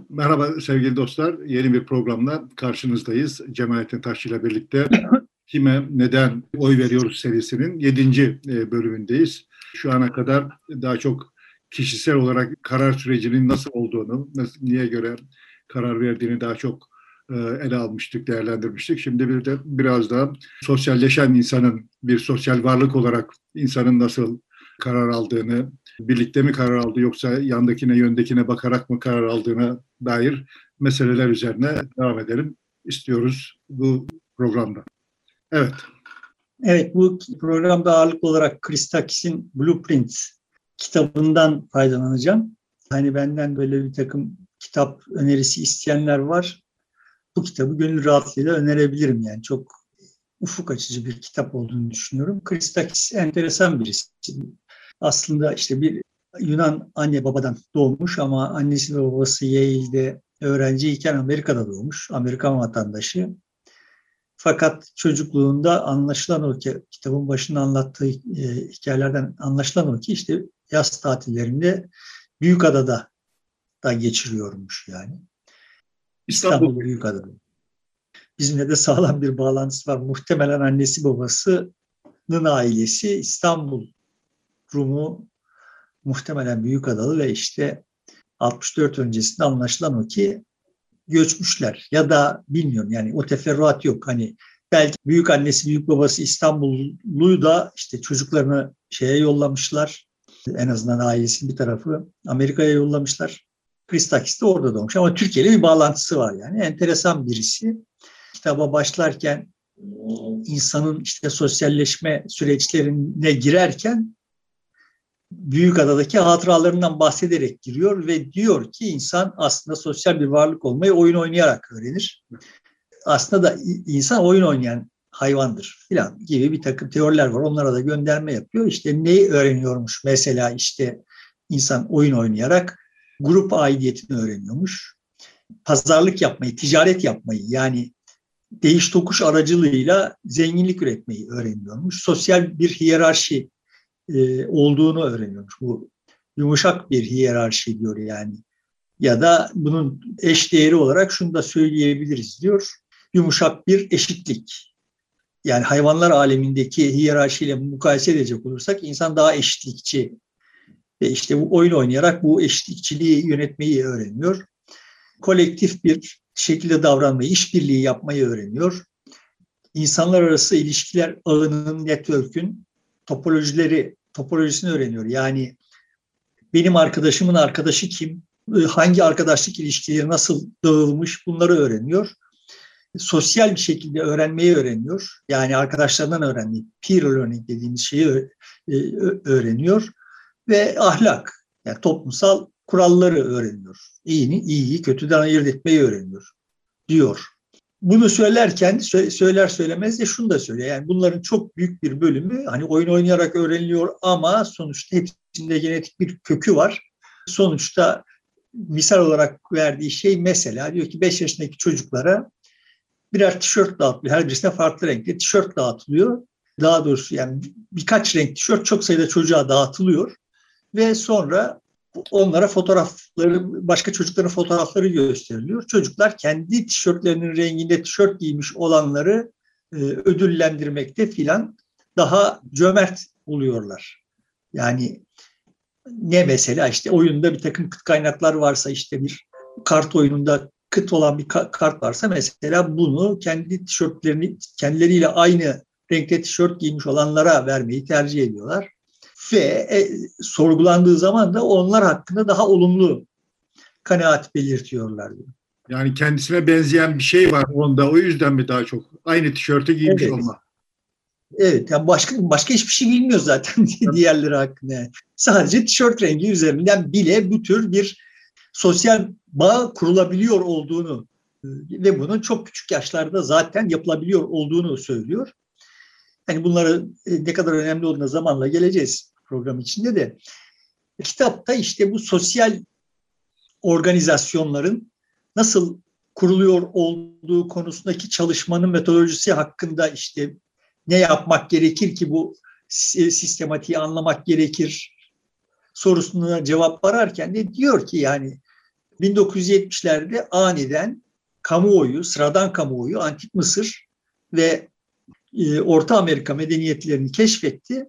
Merhaba sevgili dostlar. Yeni bir programla karşınızdayız. Cemalettin Taşçı ile birlikte Kime Neden Oy Veriyoruz serisinin 7. bölümündeyiz. Şu ana kadar daha çok kişisel olarak karar sürecinin nasıl olduğunu, niye göre karar verdiğini daha çok ele almıştık, değerlendirmiştik. Şimdi bir de biraz daha sosyalleşen insanın, bir sosyal varlık olarak insanın nasıl karar aldığını, birlikte mi karar aldı yoksa yandakine, yöndekine bakarak mı karar aldığına dair meseleler üzerine devam edelim istiyoruz bu programda. Evet. Evet, bu programda ağırlıklı olarak Christakis'in Blueprint kitabından faydalanacağım. Hani benden böyle bir takım kitap önerisi isteyenler var. Bu kitabı gönül rahatlığıyla önerebilirim. Yani çok ufuk açıcı bir kitap olduğunu düşünüyorum. Christakis enteresan birisi. Aslında işte bir Yunan anne babadan doğmuş ama annesi ve babası Yale'de öğrenciyken Amerika'da doğmuş. Amerikan vatandaşı. Fakat çocukluğunda anlaşılan o ki, kitabın başında anlattığı hikayelerden anlaşılan o ki işte yaz tatillerinde Büyükada'da da geçiriyormuş yani. İstanbul Büyükada'da. Bizimle de sağlam bir bağlantısı var. Muhtemelen annesi babasının ailesi İstanbul Rumu, muhtemelen Büyükadalı ve işte 64 öncesinde anlaşılan o ki göçmüşler ya da bilmiyorum yani o teferruat yok. Hani belki büyük annesi, büyük babası İstanbulluyu da işte çocuklarını şeye yollamışlar. En azından ailesinin bir tarafı Amerika'ya yollamışlar. Christakis de orada doğmuş ama Türkiye ile bir bağlantısı var yani. Enteresan birisi. Kitaba başlarken insanın işte sosyalleşme süreçlerine girerken Büyükada'daki hatıralarından bahsederek giriyor ve diyor ki insan aslında sosyal bir varlık olmayı oyun oynayarak öğrenir. Aslında da insan oyun oynayan hayvandır filan gibi bir takım teoriler var. Onlara da gönderme yapıyor. İşte neyi öğreniyormuş? Mesela işte insan oyun oynayarak grup aidiyetini öğreniyormuş. Pazarlık yapmayı, ticaret yapmayı yani değiş tokuş aracılığıyla zenginlik üretmeyi öğreniyormuş. Sosyal bir hiyerarşi olduğunu öğreniyormuş. Bu yumuşak bir hiyerarşi diyor yani. Ya da bunun eş değeri olarak şunu da söyleyebiliriz diyor. Yumuşak bir eşitlik. Yani hayvanlar alemindeki hiyerarşiyle mukayese edecek olursak insan daha eşitlikçi. Ve işte bu oyun oynayarak bu eşitlikçiliği yönetmeyi öğreniyor. Kolektif bir şekilde davranmayı, işbirliği yapmayı öğreniyor. İnsanlar arası ilişkiler ağının, network'ün topolojisini öğreniyor. Yani benim arkadaşımın arkadaşı kim, hangi arkadaşlık ilişkileri nasıl dağılmış bunları öğreniyor. Sosyal bir şekilde öğrenmeyi öğreniyor. Yani arkadaşlarından öğrenmeyi, peer learning dediğimiz şeyi öğreniyor. Ve ahlak, yani toplumsal kuralları öğreniyor. İyiyi kötüden ayırt etmeyi öğreniyor diyor. Bunu söylerken söyler söylemez de şunu da söylüyor. Yani bunların çok büyük bir bölümü hani oyun oynayarak öğreniliyor ama sonuçta hepsinde genetik bir kökü var. Sonuçta misal olarak verdiği şey mesela diyor ki 5 yaşındaki çocuklara birer tişört dağıtılıyor. Her birisine farklı renkli tişört dağıtılıyor. Daha doğrusu yani birkaç renk tişört çok sayıda çocuğa dağıtılıyor ve sonra onlara fotoğrafları, başka çocukların fotoğrafları gösteriliyor. Çocuklar kendi tişörtlerinin renginde tişört giymiş olanları ödüllendirmekte filan daha cömert oluyorlar. Yani ne mesela işte oyunda bir takım kıt kaynaklar varsa işte bir kart oyununda kıt olan bir kart varsa mesela bunu kendi tişörtlerini kendileriyle aynı renkte tişört giymiş olanlara vermeyi tercih ediyorlar. Ve sorgulandığı zaman da onlar hakkında daha olumlu kanaat belirtiyorlar. Yani kendisine benzeyen bir şey var onda, o yüzden mi daha çok aynı tişörtü giymiş olma? Evet, yani başka hiçbir şey bilmiyor zaten diğerleri hakkında. Yani. Sadece tişört rengi üzerinden bile bu tür bir sosyal bağ kurulabiliyor olduğunu ve bunun çok küçük yaşlarda zaten yapılabiliyor olduğunu söylüyor. Hani bunları ne kadar önemli olduğuna zamanla geleceğiz program içinde de. Kitapta işte bu sosyal organizasyonların nasıl kuruluyor olduğu konusundaki çalışmanın metodolojisi hakkında işte ne yapmak gerekir ki bu sistematiği anlamak gerekir sorusuna cevap ararken de diyor ki yani 1970'lerde aniden kamuoyu, sıradan kamuoyu, Antik Mısır ve Orta Amerika medeniyetlerini keşfetti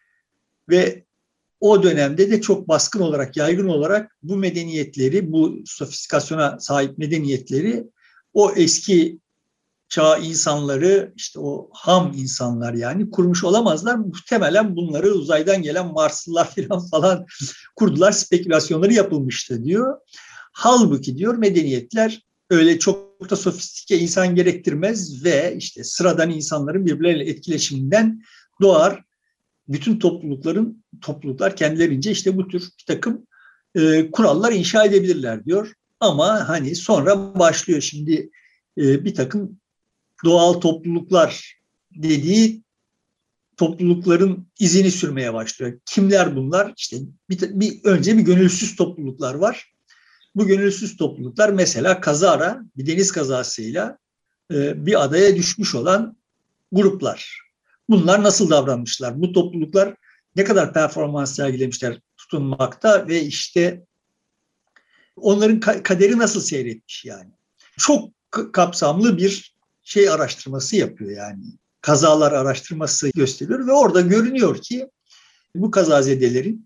ve o dönemde de çok baskın olarak, yaygın olarak bu medeniyetleri, bu sofistikasyona sahip medeniyetleri, o eski çağ insanları, işte o ham insanlar yani kurmuş olamazlar. Muhtemelen bunları uzaydan gelen Marslılar falan kurdular, spekülasyonları yapılmıştı diyor. Halbuki diyor medeniyetler öyle çok da sofistike insan gerektirmez ve işte sıradan insanların birbirleriyle etkileşiminden doğar. Bütün topluluklar kendilerince işte bu tür bir takım kurallar inşa edebilirler diyor. Ama hani sonra başlıyor şimdi bir takım doğal topluluklar dediği toplulukların izini sürmeye başlıyor. Kimler bunlar? İşte önce bir gönülsüz topluluklar var. Bu gönülsüz topluluklar mesela kazara, bir deniz kazasıyla bir adaya düşmüş olan gruplar. Bunlar nasıl davranmışlar? Bu topluluklar ne kadar performans sergilemişler tutunmakta ve işte onların kaderi nasıl seyretmiş yani. Çok kapsamlı bir araştırması yapıyor yani. Kazalar araştırması gösteriyor ve orada görünüyor ki bu kazazedelerin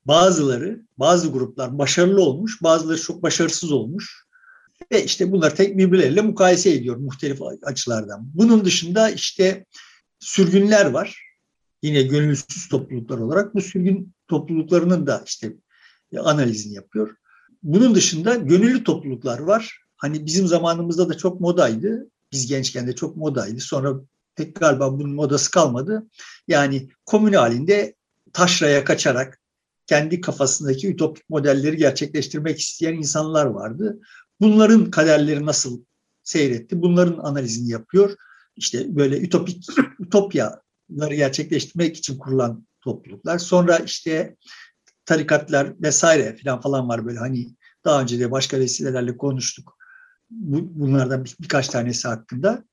bazı gruplar başarılı olmuş, bazıları çok başarısız olmuş. Ve işte bunlar birbirleriyle mukayese ediyor muhtelif açılardan. Bunun dışında işte sürgünler var. Yine gönülsüz topluluklar olarak bu sürgün topluluklarının da işte analizini yapıyor. Bunun dışında gönüllü topluluklar var. Hani bizim zamanımızda da çok modaydı. Biz gençken de çok modaydı. Sonra pek galiba bunun modası kalmadı. Yani komün halinde taşraya kaçarak kendi kafasındaki ütopik modelleri gerçekleştirmek isteyen insanlar vardı. Bunların kaderleri nasıl seyretti? Bunların analizini yapıyor. İşte böyle ütopyaları gerçekleştirmek için kurulan topluluklar. Sonra işte tarikatlar vesaire falan var böyle hani daha önce de başka vesilelerle konuştuk. Bunlardan birkaç tanesi hakkında.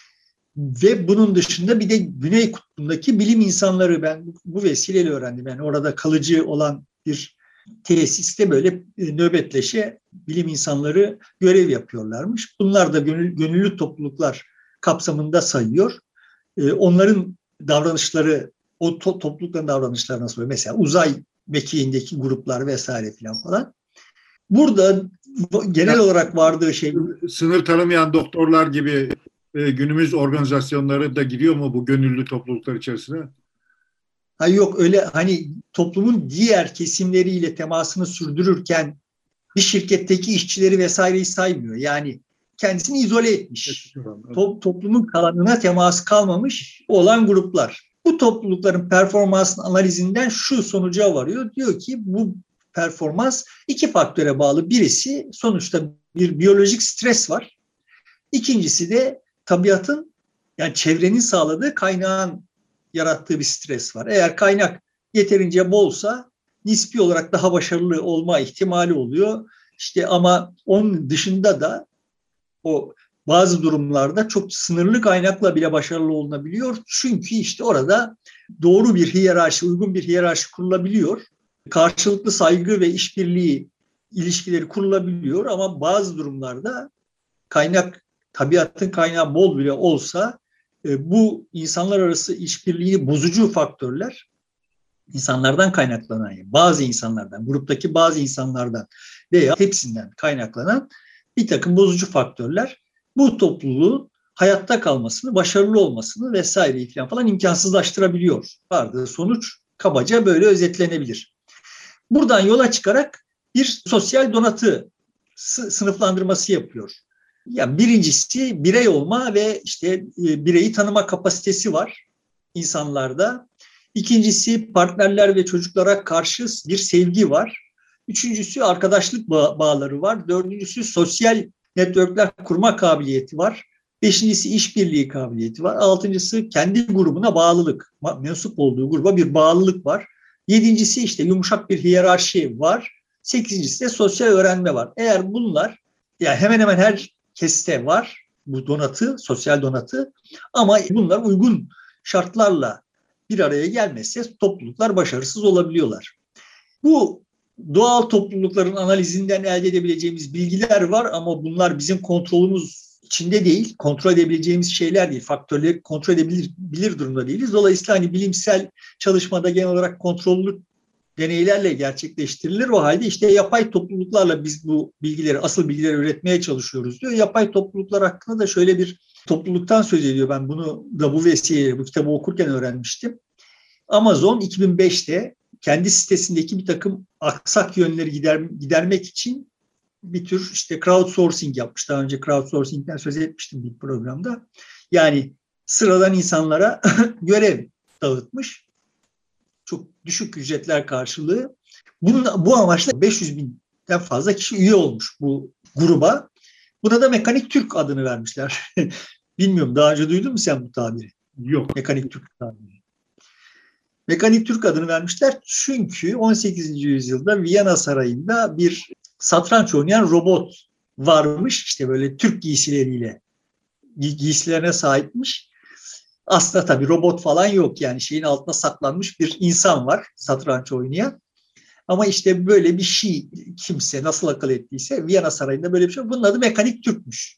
Ve bunun dışında bir de Güney Kutbu'ndaki bilim insanları ben bu vesileyle öğrendim. Yani orada kalıcı olan bir tesiste böyle nöbetleşe bilim insanları görev yapıyorlarmış. Bunlar da gönüllü topluluklar kapsamında sayıyor. Onların davranışları, o toplulukların davranışları nasıl oluyor? Mesela uzay mekiğindeki gruplar vesaire falan. Burada genel olarak vardığı şey... Sınır tanımayan doktorlar gibi günümüz organizasyonları da giriyor mu bu gönüllü topluluklar içerisine? Hayır yok öyle hani toplumun diğer kesimleriyle temasını sürdürürken bir şirketteki işçileri vesaireyi saymıyor. Yani kendisini izole etmiş. Toplumun kalanına teması kalmamış olan gruplar. Bu toplulukların performansının analizinden şu sonuca varıyor. Diyor ki bu performans iki faktöre bağlı. Birisi sonuçta bir biyolojik stres var. İkincisi de tabiatın yani çevrenin sağladığı kaynağın yarattığı bir stres var. Eğer kaynak yeterince bolsa nispi olarak daha başarılı olma ihtimali oluyor. İşte ama onun dışında da o bazı durumlarda çok sınırlı kaynakla bile başarılı olunabiliyor. Çünkü işte orada doğru bir hiyerarşi, uygun bir hiyerarşi kurulabiliyor. Karşılıklı saygı ve işbirliği ilişkileri kurulabiliyor ama bazı durumlarda tabiatın kaynağı bol bile olsa bu insanlar arası işbirliğini bozucu faktörler insanlardan kaynaklanan, bazı insanlardan, gruptaki bazı insanlardan veya hepsinden kaynaklanan bir takım bozucu faktörler bu topluluğun hayatta kalmasını, başarılı olmasını vesaireyi falan imkansızlaştırabiliyor. Vardığı sonuç kabaca böyle özetlenebilir. Buradan yola çıkarak bir sosyal donatı sınıflandırması yapıyor. Yani birincisi birey olma ve işte bireyi tanıma kapasitesi var insanlarda. İkincisi partnerler ve çocuklara karşı bir sevgi var. Üçüncüsü arkadaşlık bağları var. Dördüncüsü sosyal networkler kurma kabiliyeti var. Beşincisi işbirliği kabiliyeti var. Altıncısı kendi grubuna bağlılık, mensup olduğu gruba bir bağlılık var. Yedincisi işte yumuşak bir hiyerarşi var. Sekizincisi de sosyal öğrenme var. Eğer bunlar yani hemen hemen herkeste var bu donatı, sosyal donatı ama bunlar uygun şartlarla bir araya gelmezse topluluklar başarısız olabiliyorlar. Bu Doğal toplulukların analizinden elde edebileceğimiz bilgiler var ama bunlar bizim kontrolümüz içinde değil, kontrol edebileceğimiz şeyler değil, faktörleri kontrol edebilir durumda değiliz. Dolayısıyla hani bilimsel çalışmada genel olarak kontrollü deneylerle gerçekleştirilir. O halde işte yapay topluluklarla biz bu bilgileri, asıl bilgileri üretmeye çalışıyoruz diyor. Yapay topluluklar hakkında da şöyle bir topluluktan söz ediyor. Ben bunu da bu vesileyle bu kitabı okurken öğrenmiştim. Amazon 2005'te kendi sitesindeki bir takım aksak yönleri gidermek için bir tür işte crowdsourcing yapmış. Daha önce crowdsourcing'den söz etmiştim bir programda. Yani sıradan insanlara görev dağıtmış. Çok düşük ücretler karşılığı. Bu amaçla 500 binden fazla kişi üye olmuş bu gruba. Buna da Mekanik Türk adını vermişler. Bilmiyorum, daha önce duydun mu sen bu tabiri? Yok. Mekanik Türk tabiri. Mekanik Türk adını vermişler çünkü 18. yüzyılda Viyana Sarayı'nda bir satranç oynayan robot varmış. İşte böyle Türk giysilerine sahipmiş. Aslında tabii robot falan yok, yani şeyin altına saklanmış bir insan var satranç oynayan. Ama işte böyle bir şey kimse nasıl akıl ettiyse Viyana Sarayı'nda böyle bir şey. Bunun adı Mekanik Türk'müş.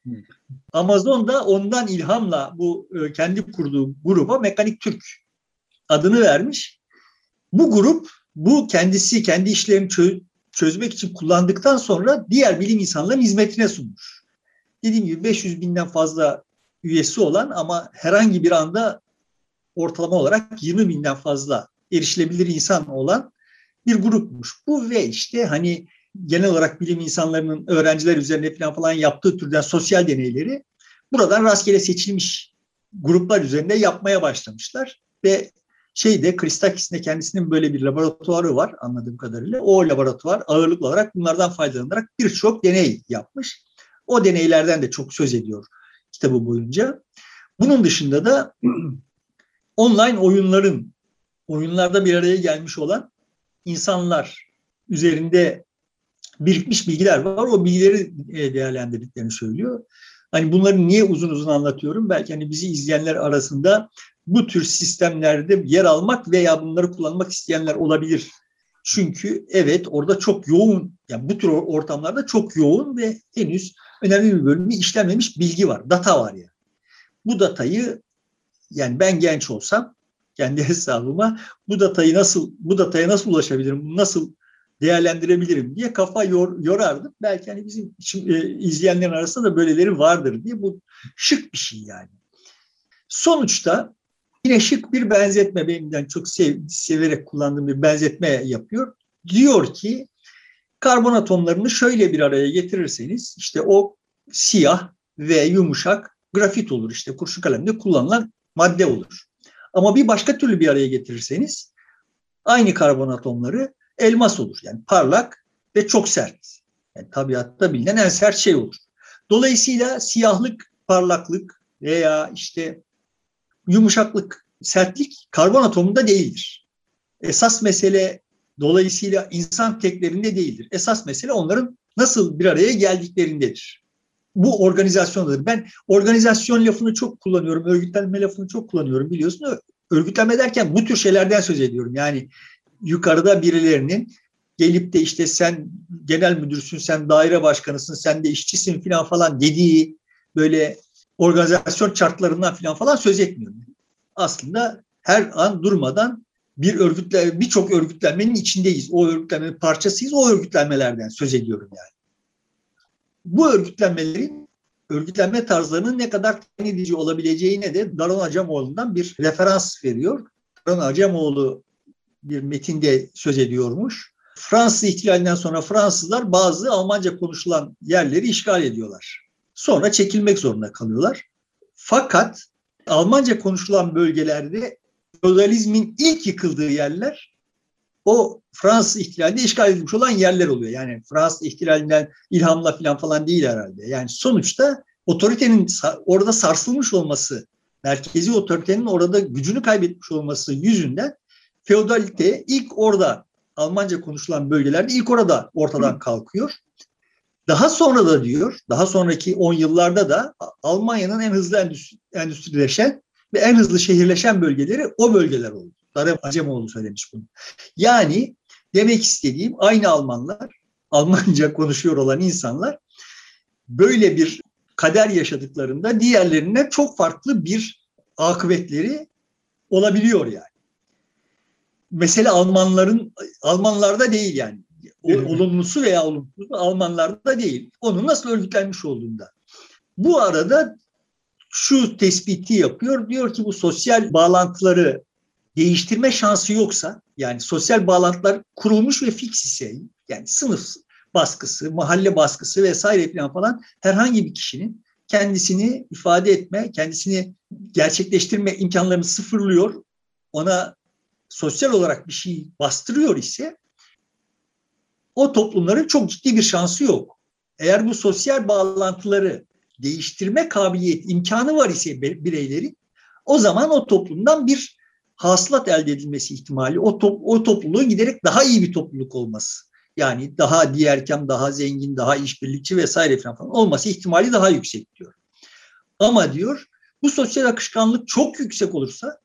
Amazon da ondan ilhamla bu kendi kurduğu gruba Mekanik Türk adını vermiş. Bu grup kendi işlerini çözmek için kullandıktan sonra diğer bilim insanlarının hizmetine sunmuş. Dediğim gibi 500 binden fazla üyesi olan ama herhangi bir anda ortalama olarak 20 binden fazla erişilebilir insan olan bir grupmuş. Bu ve işte hani genel olarak bilim insanlarının öğrenciler üzerine falan yaptığı türden sosyal deneyleri buradan rastgele seçilmiş gruplar üzerinde yapmaya başlamışlar. Ve Christakis'in de kendisinin böyle bir laboratuvarı var anladığım kadarıyla. O laboratuvar ağırlıklı olarak bunlardan faydalanarak birçok deney yapmış. O deneylerden de çok söz ediyor kitabı boyunca. Bunun dışında da online oyunlarda bir araya gelmiş olan insanlar üzerinde birikmiş bilgiler var. O bilgileri değerlendirdiklerini söylüyor. Hani bunları niye uzun uzun anlatıyorum? Belki hani bizi izleyenler arasında bu tür sistemlerde yer almak veya bunları kullanmak isteyenler olabilir. Çünkü evet orada çok yoğun, yani bu tür ortamlarda çok yoğun ve henüz önemli bir bölümü işlenmemiş bilgi var, data var yani. Bu datayı, yani ben genç olsam kendi hesabıma bu dataya nasıl ulaşabilirim, nasıl değerlendirebilirim diye kafa yorardım. Belki hani bizim izleyenlerin arasında da böyleleri vardır diye. Bu şık bir şey yani. Sonuçta yine şık bir benzetme, benimden çok severek kullandığım bir benzetme yapıyor. Diyor ki karbon atomlarını şöyle bir araya getirirseniz işte o siyah ve yumuşak grafit olur, işte kurşun kalemde kullanılan madde olur. Ama bir başka türlü bir araya getirirseniz aynı karbon atomları elmas olur. Yani parlak ve çok sert. Yani tabiatta bilinen en sert şey olur. Dolayısıyla siyahlık, parlaklık veya işte yumuşaklık, sertlik karbon atomunda değildir. Esas mesele dolayısıyla insan teklerinde değildir. Esas mesele onların nasıl bir araya geldiklerindedir. Bu organizasyondadır. Ben organizasyon lafını çok kullanıyorum, örgütlenme lafını çok kullanıyorum biliyorsun. Örgütlenme derken bu tür şeylerden söz ediyorum. Yani yukarıda birilerinin gelip de işte sen genel müdürsün, sen daire başkanısın, sen de işçisin falan dediği böyle organizasyon şartlarından falan söz etmiyorum. Aslında her an durmadan birçok örgütlenmenin içindeyiz. O örgütlenmenin parçasıyız. O örgütlenmelerden söz ediyorum yani. Bu örgütlenme tarzlarının ne kadar tayin edici olabileceğine de Daron Acemoğlu'ndan bir referans veriyor. Daron Acemoğlu bir metinde söz ediyormuş. Fransız ihtilalinden sonra Fransızlar bazı Almanca konuşulan yerleri işgal ediyorlar. Sonra çekilmek zorunda kalıyorlar. Fakat Almanca konuşulan bölgelerde feodalizmin ilk yıkıldığı yerler o Fransız ihtilalinde işgal edilmiş olan yerler oluyor. Yani Fransız ihtilalinden ilhamla falan değil herhalde. Yani sonuçta otoritenin orada sarsılmış olması, merkezi otoritenin orada gücünü kaybetmiş olması yüzünden feodalite ilk orada, Almanca konuşulan bölgelerde ilk orada ortadan kalkıyor. Daha sonra da diyor, daha sonraki 10 yıllarda da Almanya'nın en hızlı endüstrileşen ve en hızlı şehirleşen bölgeleri o bölgeler oldu. Daron Acemoğlu söylemiş bunu. Yani Demek istediğim aynı Almanlar, Almanca konuşuyor olan insanlar böyle bir kader yaşadıklarında diğerlerine çok farklı bir akıbetleri olabiliyor yani. Mesele Almanlarda değil yani. Olumlusu veya olumsuzu Almanlarda değil. Onun nasıl örgütlenmiş olduğunda. Bu arada şu tespiti yapıyor. Diyor ki bu sosyal bağlantıları değiştirme şansı yoksa, yani sosyal bağlantılar kurulmuş ve fix ise, yani sınıf baskısı, mahalle baskısı vesaire falan herhangi bir kişinin kendisini ifade etme, kendisini gerçekleştirme imkanlarını sıfırlıyor. Ona sosyal olarak bir şey bastırıyor ise o toplumların çok ciddi bir şansı yok. Eğer bu sosyal bağlantıları değiştirme kabiliyet, imkanı var ise bireylerin, o zaman o toplumdan bir hasılat elde edilmesi ihtimali, o topluluğun giderek daha iyi bir topluluk olması. Yani daha diğerken daha zengin, daha işbirlikçi vesaire falan olması ihtimali daha yüksek diyor. Ama diyor bu sosyal akışkanlık çok yüksek olursa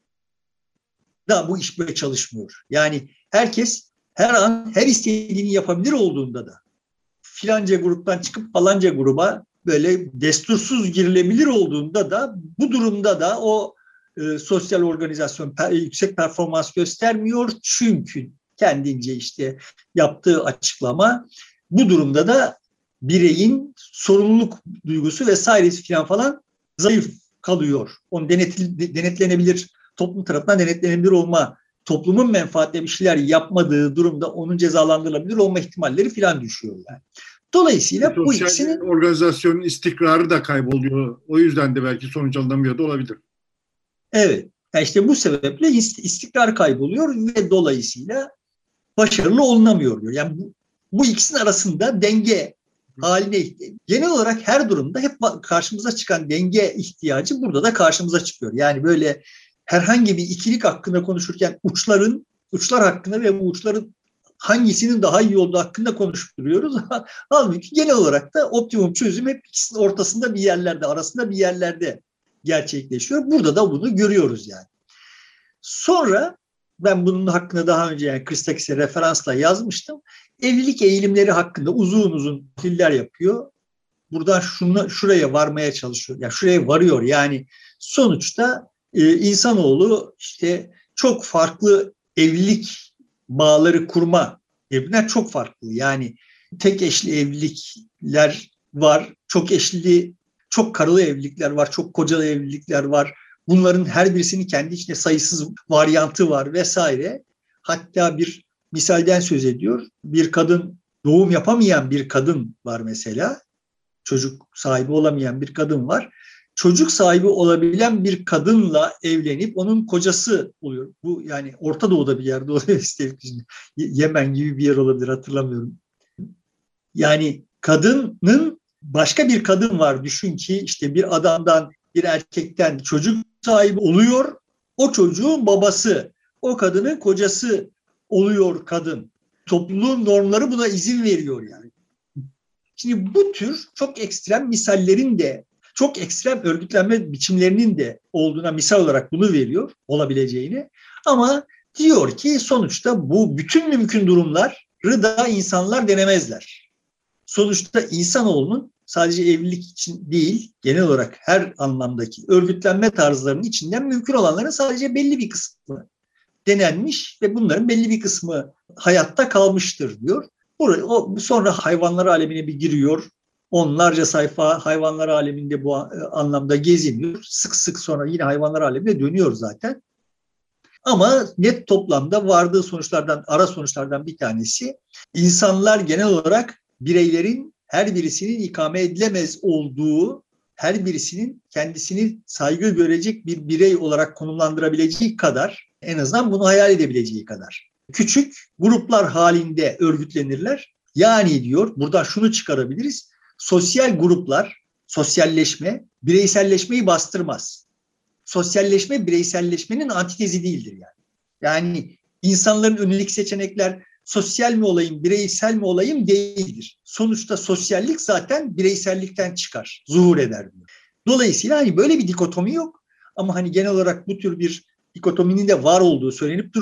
da bu iş böyle çalışmıyor. Yani herkes her an her istediğini yapabilir olduğunda da filanca gruptan çıkıp falanca gruba böyle destursuz girilebilir olduğunda da bu durumda da o sosyal organizasyon yüksek performans göstermiyor. Çünkü kendince işte yaptığı açıklama bu durumda da bireyin sorumluluk duygusu vesairesi falan zayıf kalıyor. Onun denetlenebilir, toplum tarafından denetlenebilir olma, toplumun menfaatine bir şeyler yapmadığı durumda onun cezalandırılabilir olma ihtimalleri falan düşüyor yani. Dolayısıyla bu ikisinin organizasyonun istikrarı da kayboluyor. O yüzden de belki sonuç alınamıyor da olabilir. Evet. Yani işte bu sebeple istikrar kayboluyor ve dolayısıyla başarılı olunamıyor diyor. Yani bu ikisinin arasında denge haline genel olarak her durumda hep karşımıza çıkan denge ihtiyacı burada da karşımıza çıkıyor. Yani böyle herhangi bir ikilik hakkında konuşurken uçlar hakkında ve bu uçların hangisinin daha iyi olduğu hakkında konuşup duruyoruz. Halbuki genel olarak da optimum çözüm hep ikisinin ortasında bir yerlerde, arasında bir yerlerde gerçekleşiyor. Burada da bunu görüyoruz yani. Sonra ben bunun hakkında daha önce yani Christakis'e referansla yazmıştım. Evlilik eğilimleri hakkında uzun uzun tahliller yapıyor. Buradan şuraya varmaya çalışıyor. Yani şuraya varıyor. Yani sonuçta insanoğlu işte çok farklı evlilik bağları kurma birbirinden çok farklı. Yani tek eşli evlilikler var, çok eşli, çok karılı evlilikler var, çok kocalı evlilikler var. Bunların her birisinin kendi içinde sayısız varyantı var vesaire. Hatta bir misalden söz ediyor. Bir kadın, doğum yapamayan bir kadın var mesela. Çocuk sahibi olamayan bir kadın var. Çocuk sahibi olabilen bir kadınla evlenip onun kocası oluyor. Bu yani Orta Doğu'da bir yerde oluyor. Yemen gibi bir yer olabilir, hatırlamıyorum. Yani kadının başka bir kadın var. Düşün ki işte bir adamdan, bir erkekten çocuk sahibi oluyor. O çocuğun babası, o kadının kocası oluyor kadın. Topluluğun normları buna izin veriyor yani. Şimdi bu tür çok ekstrem misallerin de, çok ekstrem örgütlenme biçimlerinin de olduğuna misal olarak bunu veriyor, olabileceğini. Ama diyor ki sonuçta bu bütün mümkün durumları da insanlar denemezler. Sonuçta insanoğlunun sadece evlilik için değil, genel olarak her anlamdaki örgütlenme tarzlarının içinden mümkün olanların sadece belli bir kısmı denenmiş ve bunların belli bir kısmı hayatta kalmıştır diyor. Sonra hayvanlar alemine bir giriyor. Onlarca sayfa hayvanlar aleminde bu anlamda geziniyor. Sık sık sonra yine hayvanlar alemine dönüyor zaten. Ama net toplamda vardığı ara sonuçlardan bir tanesi, insanlar genel olarak bireylerin her birisinin ikame edilemez olduğu, her birisinin kendisini saygı görecek bir birey olarak konumlandırabileceği kadar, en azından bunu hayal edebileceği kadar küçük gruplar halinde örgütlenirler. Yani diyor, buradan şunu çıkarabiliriz. Sosyal gruplar, sosyalleşme, bireyselleşmeyi bastırmaz. Sosyalleşme, bireyselleşmenin antitezi değildir yani. Yani insanların önündeki seçenekler sosyal mi olayım, bireysel mi olayım değildir. Sonuçta sosyallik zaten bireysellikten çıkar, zuhur eder diyor. Dolayısıyla hani böyle bir dikotomi yok. Ama hani genel olarak bu tür bir dikotominin de var olduğu söylenip duruyor.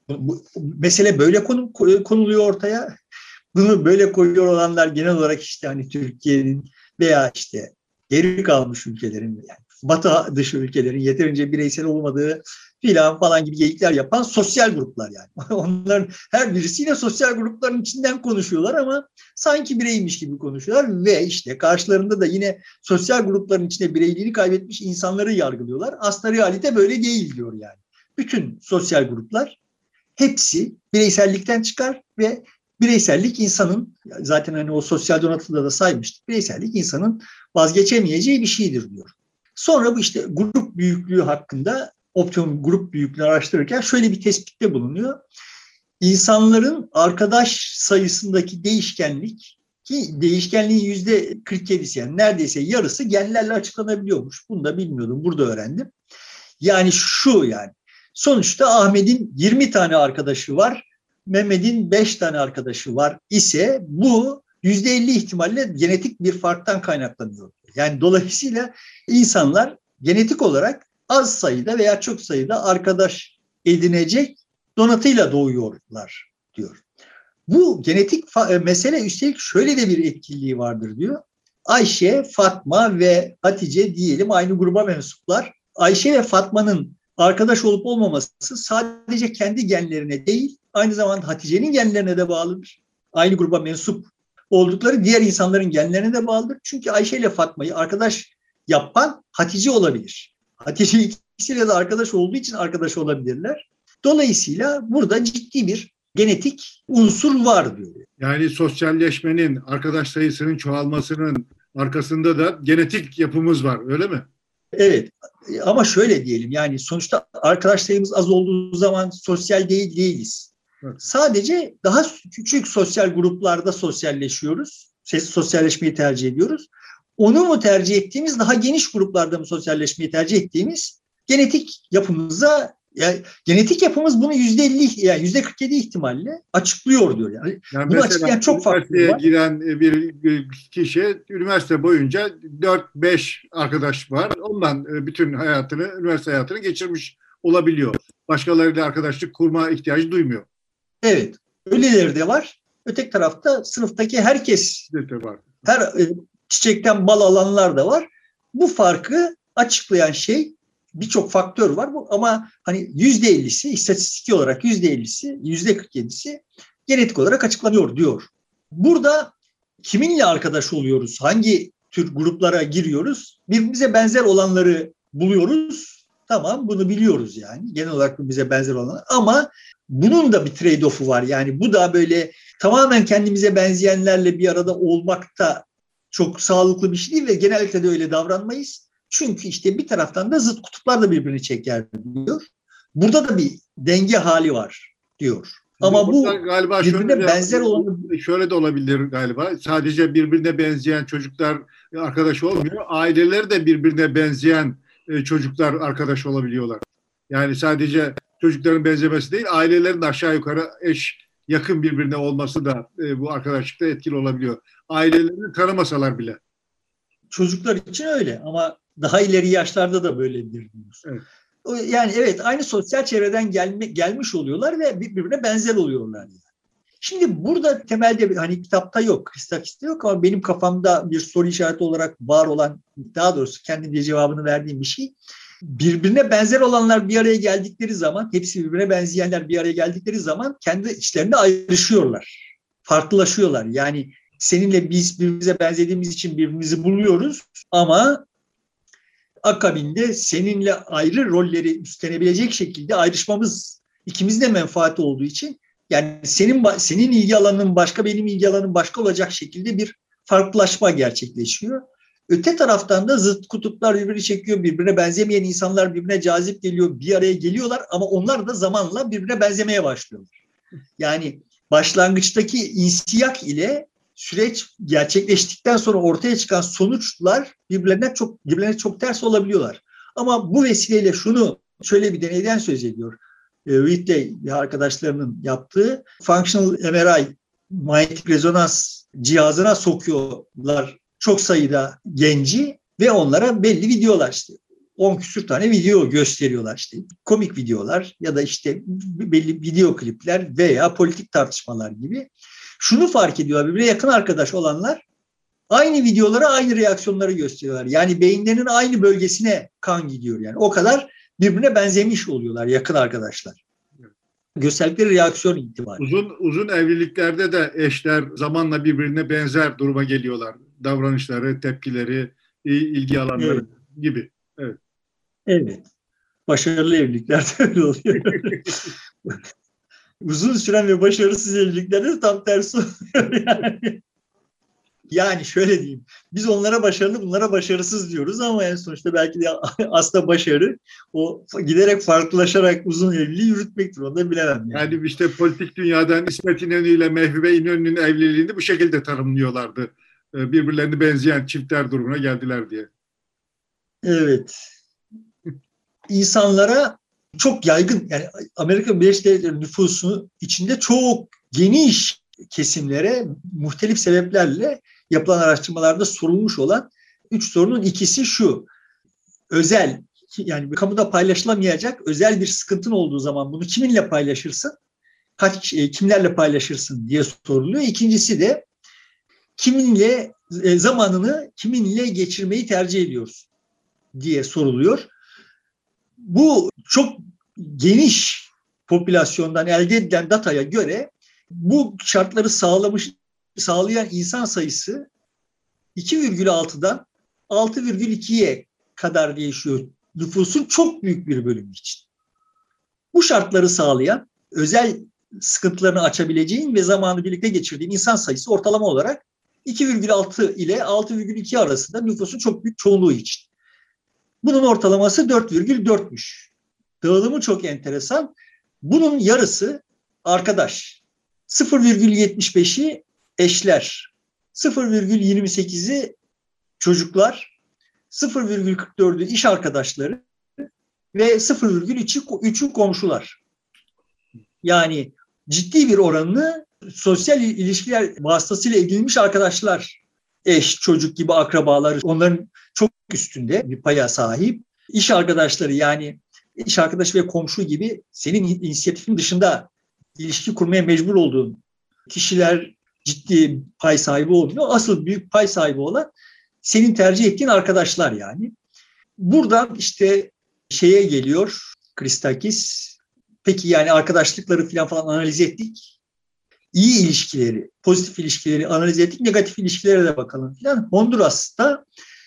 Mesele böyle konuluyor ortaya. Bunu böyle koyuyor olanlar genel olarak işte hani Türkiye'nin veya işte geri kalmış ülkelerin, yani Batı dışı ülkelerin yeterince bireysel olmadığı filan falan gibi geyikler yapan sosyal gruplar yani. Onların her birisiyle sosyal grupların içinden konuşuyorlar ama sanki bireymiş gibi konuşuyorlar ve işte karşılarında da yine sosyal grupların içinde bireyliğini kaybetmiş insanları yargılıyorlar. Aslında realite böyle değil diyor yani. Bütün sosyal gruplar hepsi bireysellikten çıkar ve bireysellik insanın, zaten hani o sosyal donatıda da saymıştık, bireysellik insanın vazgeçemeyeceği bir şeydir diyor. Sonra bu işte grup büyüklüğü hakkında, optimum grup büyüklüğünü araştırırken şöyle bir tespitte bulunuyor. İnsanların arkadaş sayısındaki değişkenlik, ki değişkenliğin %47'si, yani neredeyse yarısı genlerle açıklanabiliyormuş. Bunu da bilmiyordum, burada öğrendim. Yani şu, yani sonuçta Ahmet'in 20 tane arkadaşı var, Mehmet'in 5 tane arkadaşı var ise bu %50 ihtimalle genetik bir farktan kaynaklanıyor. Yani dolayısıyla insanlar genetik olarak az sayıda veya çok sayıda arkadaş edinecek donatıyla doğuyorlar diyor. Bu genetik mesele üstelik şöyle de bir etkinliği vardır diyor. Ayşe, Fatma ve Hatice diyelim aynı gruba mensuplar. Ayşe ve Fatma'nın arkadaş olup olmaması sadece kendi genlerine değil, aynı zamanda Hatice'nin genlerine de bağlıdır. Aynı gruba mensup oldukları diğer insanların genlerine de bağlıdır. Çünkü Ayşe ile Fatma'yı arkadaş yapan Hatice olabilir. Hatice ikisiyle de arkadaş olduğu için arkadaş olabilirler. Dolayısıyla burada ciddi bir genetik unsur var diyor. Yani sosyalleşmenin, arkadaş sayısının çoğalmasının arkasında da genetik yapımız var, öyle mi? Evet, ama şöyle diyelim, yani sonuçta arkadaş sayımız az olduğu zaman sosyal değiliz. Evet. Sadece daha küçük sosyal gruplarda sosyalleşiyoruz. Sosyalleşmeyi tercih ediyoruz. Onu mu tercih ettiğimiz, daha geniş gruplarda mı sosyalleşmeyi tercih ettiğimiz genetik yapımıza, yani genetik yapımız bunu %50, yani %47 ihtimalle açıklıyor diyor. Yani bunu açıklayan çok farklı var. Üniversiteye giren bir kişi üniversite boyunca 4-5 arkadaş var. Ondan bütün üniversite hayatını geçirmiş olabiliyor. Başkalarıyla arkadaşlık kurma ihtiyacı duymuyor. Evet, öyleleri de var. Öteki tarafta sınıftaki herkes de var. Her çiçekten bal alanlar da var. Bu farkı açıklayan şey, birçok faktör var ama hani %50'si, istatistik olarak %50'si, %47'si genetik olarak açıklanıyor diyor. Burada kiminle arkadaş oluyoruz? Hangi tür gruplara giriyoruz? Birbirimize benzer olanları buluyoruz. Tamam, bunu biliyoruz yani. Genel olarak birbirimize benzer olanlar. Ama bunun da bir trade-off'u var. Yani bu da böyle tamamen kendimize benzeyenlerle bir arada olmakta çok sağlıklı bir şey değil ve genellikle de öyle davranmayız. Çünkü işte bir taraftan da zıt kutuplar da birbirini çeker diyor. Burada da bir denge hali var diyor. Ama bu galiba birbirine benzer olan... Şöyle de olabilir galiba. Sadece birbirine benzeyen çocuklar arkadaş olmuyor. Aileleri de birbirine benzeyen çocuklar arkadaş olabiliyorlar. Yani sadece çocukların benzemesi değil, ailelerin aşağı yukarı yakın birbirine olması da bu arkadaşlıkta etkili olabiliyor. Ailelerini tanımasalar bile. Çocuklar için öyle ama daha ileri yaşlarda da böyledir. Evet. Yani evet, aynı sosyal çevreden gelmiş oluyorlar ve birbirine benzer oluyorlar. Yani. Şimdi burada temelde hani kitapta yok, Christakis'te yok ama benim kafamda bir soru işareti olarak var olan, daha doğrusu kendimce cevabını verdiğim bir şey. Birbirine benzer olanlar bir araya geldikleri zaman, hepsi birbirine benzeyenler bir araya geldikleri zaman kendi içlerinde ayrışıyorlar, farklılaşıyorlar. Yani seninle biz birbirimize benzediğimiz için birbirimizi buluyoruz ama akabinde seninle ayrı rolleri üstlenebilecek şekilde ayrışmamız ikimizin de menfaati olduğu için, yani senin ilgi alanının başka, benim ilgi alanım başka olacak şekilde bir farklılaşma gerçekleşiyor. Öte taraftan da zıt kutuplar birbirini çekiyor, birbirine benzemeyen insanlar birbirine cazip geliyor, bir araya geliyorlar ama onlar da zamanla birbirine benzemeye başlıyorlar. Yani başlangıçtaki insiyak ile süreç gerçekleştikten sonra ortaya çıkan sonuçlar birbirlerine çok ters olabiliyorlar. Ama bu vesileyle şöyle bir deneyden söz ediyor. Whitley ve arkadaşlarının yaptığı functional MRI, manyetik rezonans cihazına sokuyorlar çok sayıda genci ve onlara belli videolar, işte 10 küsür tane video gösteriyorlar işte. Komik videolar ya da işte belli video klipler veya politik tartışmalar gibi. Şunu fark ediyorlar, birbirine yakın arkadaş olanlar aynı videolara aynı reaksiyonları gösteriyorlar. Yani beyinlerinin aynı bölgesine kan gidiyor yani. O kadar birbirine benzemiş oluyorlar yakın arkadaşlar. Gösterdikleri reaksiyon itibariyle. Uzun evliliklerde de eşler zamanla birbirine benzer duruma geliyorlar. Davranışları, tepkileri, ilgi alanları gibi. Evet. Evet. Başarılı evliliklerde öyle oluyor. Uzun süren ve başarısız evliliklerde tam tersi oluyor yani. Yani şöyle diyeyim, biz onlara başarılı, bunlara başarısız diyoruz ama en sonuçta belki de aslında başarı o giderek farklılaşarak uzun evliliği yürütmektir. Onu da bilemem. Yani işte politik dünyadan İsmet İnönü ile Mehbube İnönü'nün evliliğini bu şekilde tanımlıyorlardı. Birbirlerine benzeyen çiftler durumuna geldiler diye. Evet. İnsanlara çok yaygın, yani Amerika Birleşik Devletleri nüfusu içinde çok geniş kesimlere muhtelif sebeplerle yapılan araştırmalarda sorulmuş olan 3 sorunun ikisi şu. Özel, yani kamuda paylaşılamayacak özel bir sıkıntın olduğu zaman bunu kiminle paylaşırsın? Kimlerle paylaşırsın diye soruluyor. İkincisi de zamanını kiminle geçirmeyi tercih ediyoruz diye soruluyor. Bu çok geniş popülasyondan elde edilen dataya göre bu şartları sağlayan insan sayısı 2,6'dan 6,2'ye kadar değişiyor nüfusun çok büyük bir bölümü için. Bu şartları sağlayan, özel sıkıntılarını açabileceğin ve zamanı birlikte geçirdiğin insan sayısı ortalama olarak 2,6 ile 6,2 arasında nüfusun çok büyük çoğunluğu için. Bunun ortalaması 4,4'müş. Dağılımı çok enteresan. Bunun yarısı arkadaş. 0,75'i eşler. 0,28'i çocuklar. 0,44'ü iş arkadaşları ve 0,3'ü komşular. Yani ciddi bir oranını sosyal ilişkiler vasıtasıyla edinilmiş arkadaşlar, eş, çocuk gibi akrabalar, onların çok üstünde bir paya sahip. İş arkadaşları, yani iş arkadaşı ve komşu gibi senin inisiyatifin dışında ilişki kurmaya mecbur olduğun kişiler ciddi pay sahibi olmuyor. Asıl büyük pay sahibi olan senin tercih ettiğin arkadaşlar yani. Buradan işte şeye geliyor Christakis. Peki yani arkadaşlıkları falan analiz ettik. İyi ilişkileri, pozitif ilişkileri analiz ettik. Negatif ilişkilere de bakalım falan. Honduras'ta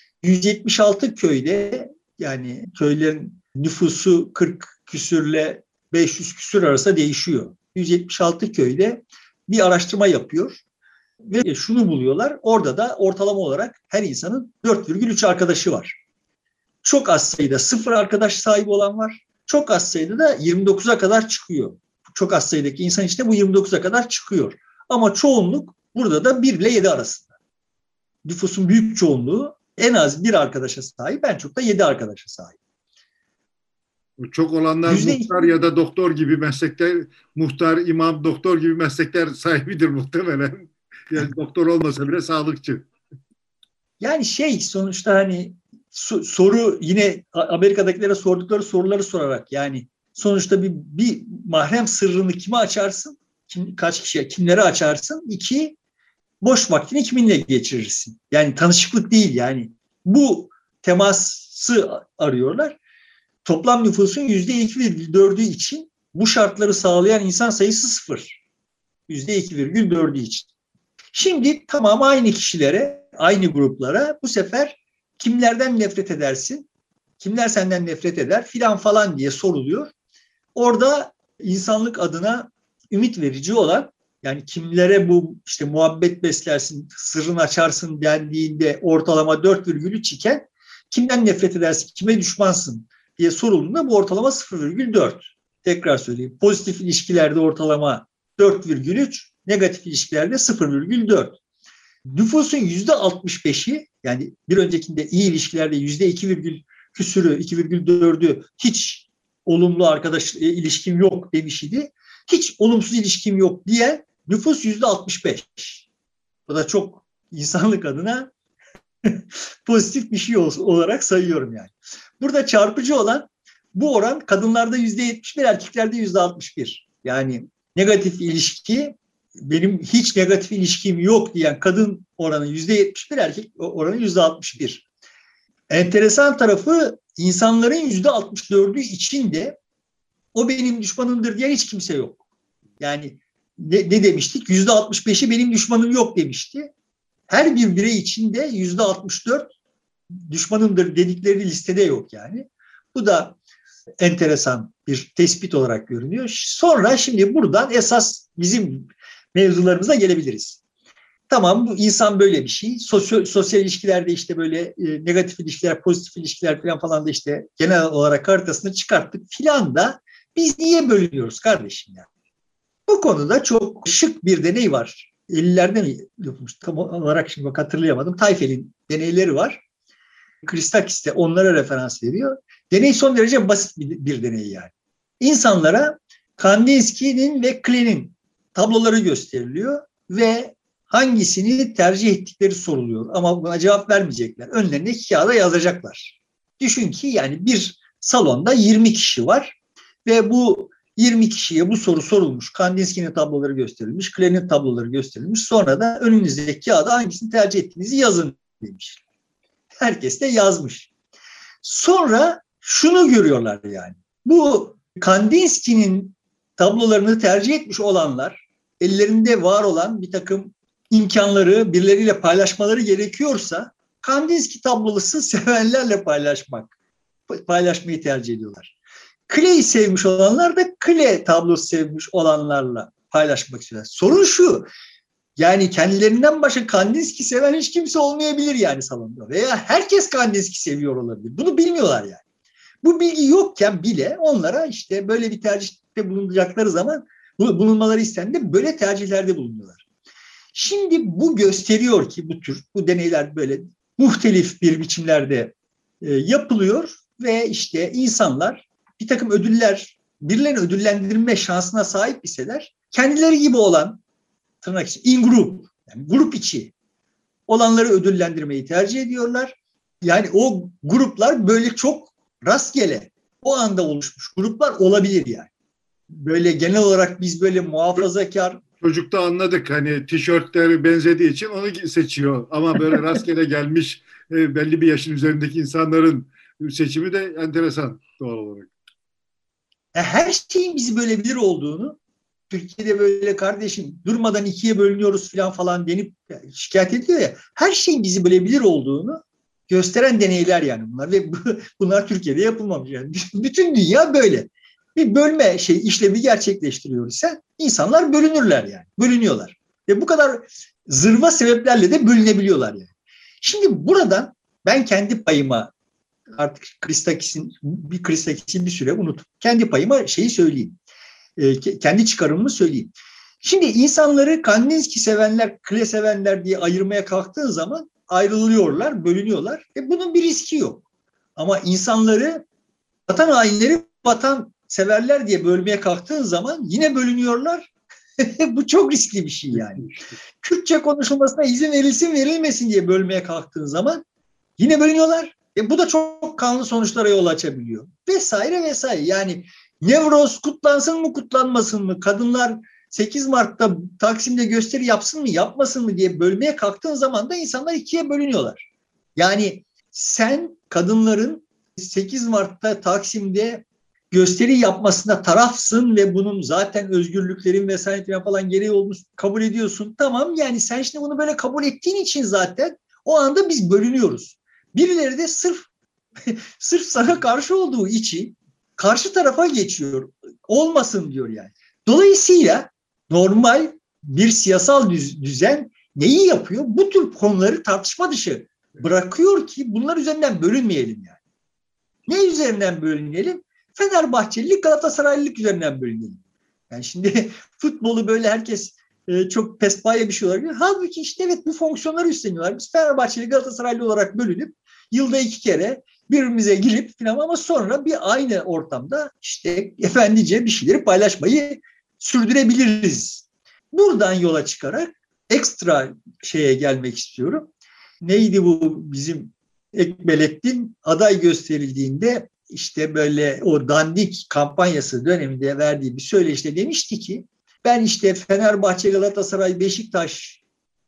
176 köyde, yani köylerin nüfusu 40 küsürle 500 küsür arasında değişiyor. 176 köyde bir araştırma yapıyor ve şunu buluyorlar. Orada da ortalama olarak her insanın 4,3 arkadaşı var. Çok az sayıda 0 arkadaş sahibi olan var. Çok az sayıda da 29'a kadar çıkıyor. Çok az sayıdaki insan işte bu 29'a kadar çıkıyor. Ama çoğunluk burada da 1 ile 7 arasında. Nüfusun büyük çoğunluğu en az 1 arkadaşa sahip, en çok da 7 arkadaşa sahip. Çok olanlar muhtar ya da doktor gibi meslekler, muhtar, imam, doktor gibi meslekler sahibidir muhtemelen. Yani doktor olmasa bile sağlıkçı. Yani sonuçta hani soru yine Amerika'dakilere sordukları soruları sorarak, yani sonuçta bir mahrem sırrını kime açarsın? Kaç kişiye, kimlere açarsın? 2, boş vaktini kiminle geçirirsin? Yani tanışıklık değil yani. Bu teması arıyorlar. Toplam nüfusun %2,4'ü için bu şartları sağlayan insan sayısı 0. %2,4'ü için. Şimdi tamam, aynı kişilere, aynı gruplara bu sefer kimlerden nefret edersin? Kimler senden nefret eder? Filan falan diye soruluyor. Orada insanlık adına ümit verici olan, yani kimlere bu işte muhabbet beslersin, sırrını açarsın dendiğinde ortalama 4,3 iken kimden nefret edersin, kime düşmansın diye sorulduğunda bu ortalama 0,4. Tekrar söyleyeyim. Pozitif ilişkilerde ortalama 4,3, negatif ilişkilerde 0,4. Nüfusun %65'i, yani bir öncekinde iyi ilişkilerde %2, küsürü, 2,4'ü hiç olumlu arkadaş ilişkim yok demiş idi. Hiç olumsuz ilişkim yok diye nüfus %65. Bu da çok insanlık adına pozitif bir şey olarak sayıyorum yani. Burada çarpıcı olan bu oran kadınlarda %71, erkeklerde %61. Yani negatif ilişki, benim hiç negatif ilişkim yok diyen kadın oranı %71, erkek oranı %61. Enteresan tarafı insanların %64'ü içinde o benim düşmanımdır diyen hiç kimse yok. Yani ne demiştik? %65'i benim düşmanım yok demişti. Her bir birey içinde %64 düşmanımdır dedikleri listede yok yani. Bu da enteresan bir tespit olarak görünüyor. Sonra şimdi buradan esas bizim mevzularımıza gelebiliriz. Tamam, bu insan böyle bir şey. Sosyal ilişkilerde işte böyle negatif ilişkiler, pozitif ilişkiler falan da işte genel olarak haritasını çıkarttık filan da biz niye bölünüyoruz kardeşim ya? Bu konuda çok şık bir deney var. 50'lerde mi yapılmış? Tam olarak şimdi bak hatırlayamadım. Tayfel'in deneyleri var. Christakis de onlara referans veriyor. Deney son derece basit bir deney yani. İnsanlara Kandinsky'nin ve Klein'in tabloları gösteriliyor ve hangisini tercih ettikleri soruluyor. Ama buna cevap vermeyecekler. Önlerine kağıda yazacaklar. Düşün ki yani bir salonda 20 kişi var ve bu 20 kişiye bu soru sorulmuş. Kandinsky'nin tabloları gösterilmiş, Klein'in tabloları gösterilmiş. Sonra da önünüzdeki kağıda hangisini tercih ettiğinizi yazın demiş. Herkes de yazmış. Sonra şunu görüyorlar yani. Bu Kandinsky'nin tablolarını tercih etmiş olanlar ellerinde var olan bir takım imkanları birileriyle paylaşmaları gerekiyorsa Kandinsky tablosu sevenlerle paylaşmayı tercih ediyorlar. Klee'yi sevmiş olanlar da Klee tablosu sevmiş olanlarla paylaşmak istiyorlar. Sorun şu, yani kendilerinden başka Kandinsky seven hiç kimse olmayabilir yani salonda. Veya herkes Kandinsky seviyor olabilir. Bunu bilmiyorlar yani. Bu bilgi yokken bile onlara işte böyle bir tercihte bulunacakları zaman bulunmaları istendiğinde böyle tercihlerde bulunuyorlar. Şimdi bu gösteriyor ki bu deneyler böyle muhtelif bir biçimlerde yapılıyor ve işte insanlar bir takım ödüller, birilerini ödüllendirme şansına sahip iseler kendileri gibi olan tırnak içi in group, yani grup içi olanları ödüllendirmeyi tercih ediyorlar. Yani o gruplar böyle çok rastgele o anda oluşmuş gruplar olabilir yani. Böyle genel olarak biz böyle muhafazakar. Çocukta anladık hani tişörtleri benzediği için onu seçiyor. Ama böyle rastgele gelmiş belli bir yaşın üzerindeki insanların seçimi de enteresan doğal olarak. Her şeyin bizi bölebilir olduğunu, Türkiye'de böyle kardeşim durmadan ikiye bölünüyoruz falan denip şikayet ediyor ya, her şeyin bizi bölebilir olduğunu gösteren deneyler yani bunlar ve bunlar Türkiye'de yapılmamış yani. Bütün dünya böyle. Bir bölme işlemi gerçekleştiriyor ise insanlar bölünürler yani. Bölünüyorlar. Ve bu kadar zırva sebeplerle de bölünebiliyorlar yani. Şimdi buradan ben kendi payıma artık Christakis'in bir süre unutup kendi payıma söyleyeyim. Kendi çıkarımımı söyleyeyim. Şimdi insanları Kandinsky sevenler, Klee sevenler diye ayırmaya kalktığın zaman ayrılıyorlar, bölünüyorlar ve bunun bir riski yok. Ama insanları vatan hainleri, vatan severler diye bölmeye kalktığın zaman yine bölünüyorlar. Bu çok riskli bir şey yani. Kürtçe konuşulmasına izin verilsin verilmesin diye bölmeye kalktığın zaman yine bölünüyorlar. Bu da çok kanlı sonuçlara yol açabiliyor. Vesaire vesaire. Yani Nevroz kutlansın mı kutlanmasın mı? Kadınlar 8 Mart'ta Taksim'de gösteri yapsın mı yapmasın mı diye bölmeye kalktığın zaman da insanlar ikiye bölünüyorlar. Yani sen kadınların 8 Mart'ta Taksim'de gösteri yapmasına tarafsın ve bunun zaten özgürlüklerin vesaire falan gereği olduğunu kabul ediyorsun. Tamam, yani sen şimdi bunu böyle kabul ettiğin için zaten o anda biz bölünüyoruz. Birileri de sırf sana karşı olduğu için karşı tarafa geçiyor. Olmasın diyor yani. Dolayısıyla normal bir siyasal düzen neyi yapıyor? Bu tür konuları tartışma dışı bırakıyor ki bunlar üzerinden bölünmeyelim yani. Ne üzerinden bölünelim? Fenerbahçelilik, Galatasaraylılık üzerinden bölünelim. Yani şimdi futbolu böyle herkes çok pespaye bir şey olarak görüyor. Halbuki işte evet bu fonksiyonları üstleniyorlar. Biz Fenerbahçeli, Galatasaraylı olarak bölünüp yılda 2 kere birbirimize girip falan ama sonra bir aynı ortamda işte efendice bir şeyleri paylaşmayı sürdürebiliriz. Buradan yola çıkarak ekstra gelmek istiyorum. neydi bu bizim Ekmelettin aday gösterildiğinde işte böyle o dandik kampanyası döneminde verdiği bir söyleşte demişti ki ben işte Fenerbahçe, Galatasaray, Beşiktaş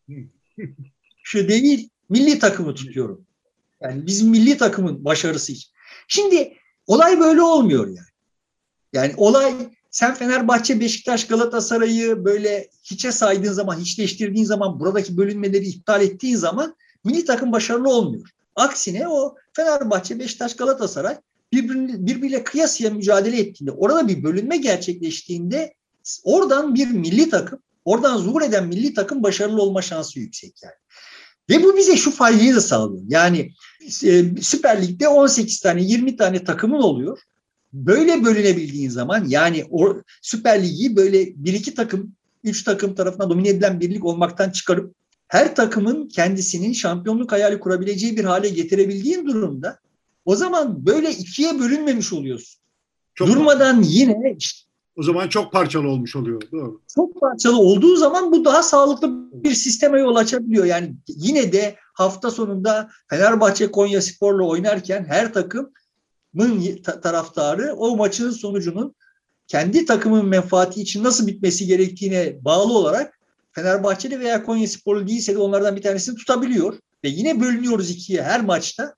şu değil milli takımı tutuyorum. Yani bizim milli takımın başarısı için. Şimdi olay böyle olmuyor yani. Yani olay sen Fenerbahçe, Beşiktaş, Galatasaray'ı böyle hiçe saydığın zaman, hiçleştirdiğin zaman, buradaki bölünmeleri iptal ettiğin zaman milli takım başarılı olmuyor. Aksine o Fenerbahçe, Beşiktaş, Galatasaray birbiriyle kıyasıya mücadele ettiğinde, orada bir bölünme gerçekleştiğinde oradan bir milli takım, oradan zuhur eden milli takım başarılı olma şansı yüksek yani. Ve bu bize şu faydayı da sağlıyor. Yani Süper Lig'de 18 tane, 20 tane takımın oluyor. Böyle bölünebildiğin zaman yani o Süper Lig'i böyle 1-2 takım, 3 takım tarafından domine edilen bir lig olmaktan çıkarıp her takımın kendisinin şampiyonluk hayali kurabileceği bir hale getirebildiğin durumda o zaman böyle ikiye bölünmemiş oluyorsun. Durmadan yine o zaman çok parçalı olmuş oluyor. Doğru. Çok parçalı olduğu zaman bu daha sağlıklı bir sisteme yol açabiliyor. Yani yine de hafta sonunda Fenerbahçe Konyaspor'la oynarken her takımın taraftarı o maçın sonucunun kendi takımın menfaati için nasıl bitmesi gerektiğine bağlı olarak Fenerbahçeli veya Konyasporlu değilse de onlardan bir tanesini tutabiliyor. Ve yine bölünüyoruz ikiye her maçta.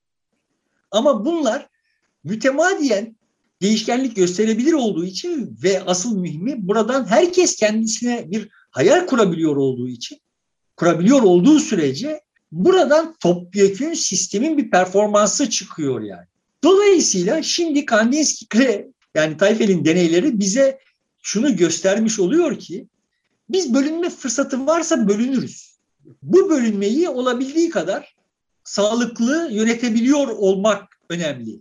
Ama bunlar mütemadiyen değişkenlik gösterebilir olduğu için ve asıl mühimi buradan herkes kendisine bir hayal kurabiliyor olduğu için, kurabiliyor olduğu sürece buradan topyekün sistemin bir performansı çıkıyor yani. Dolayısıyla şimdi Kandinsky yani Tayfel'in deneyleri bize şunu göstermiş oluyor ki biz bölünme fırsatı varsa bölünürüz. Bu bölünmeyi olabildiği kadar sağlıklı yönetebiliyor olmak önemli.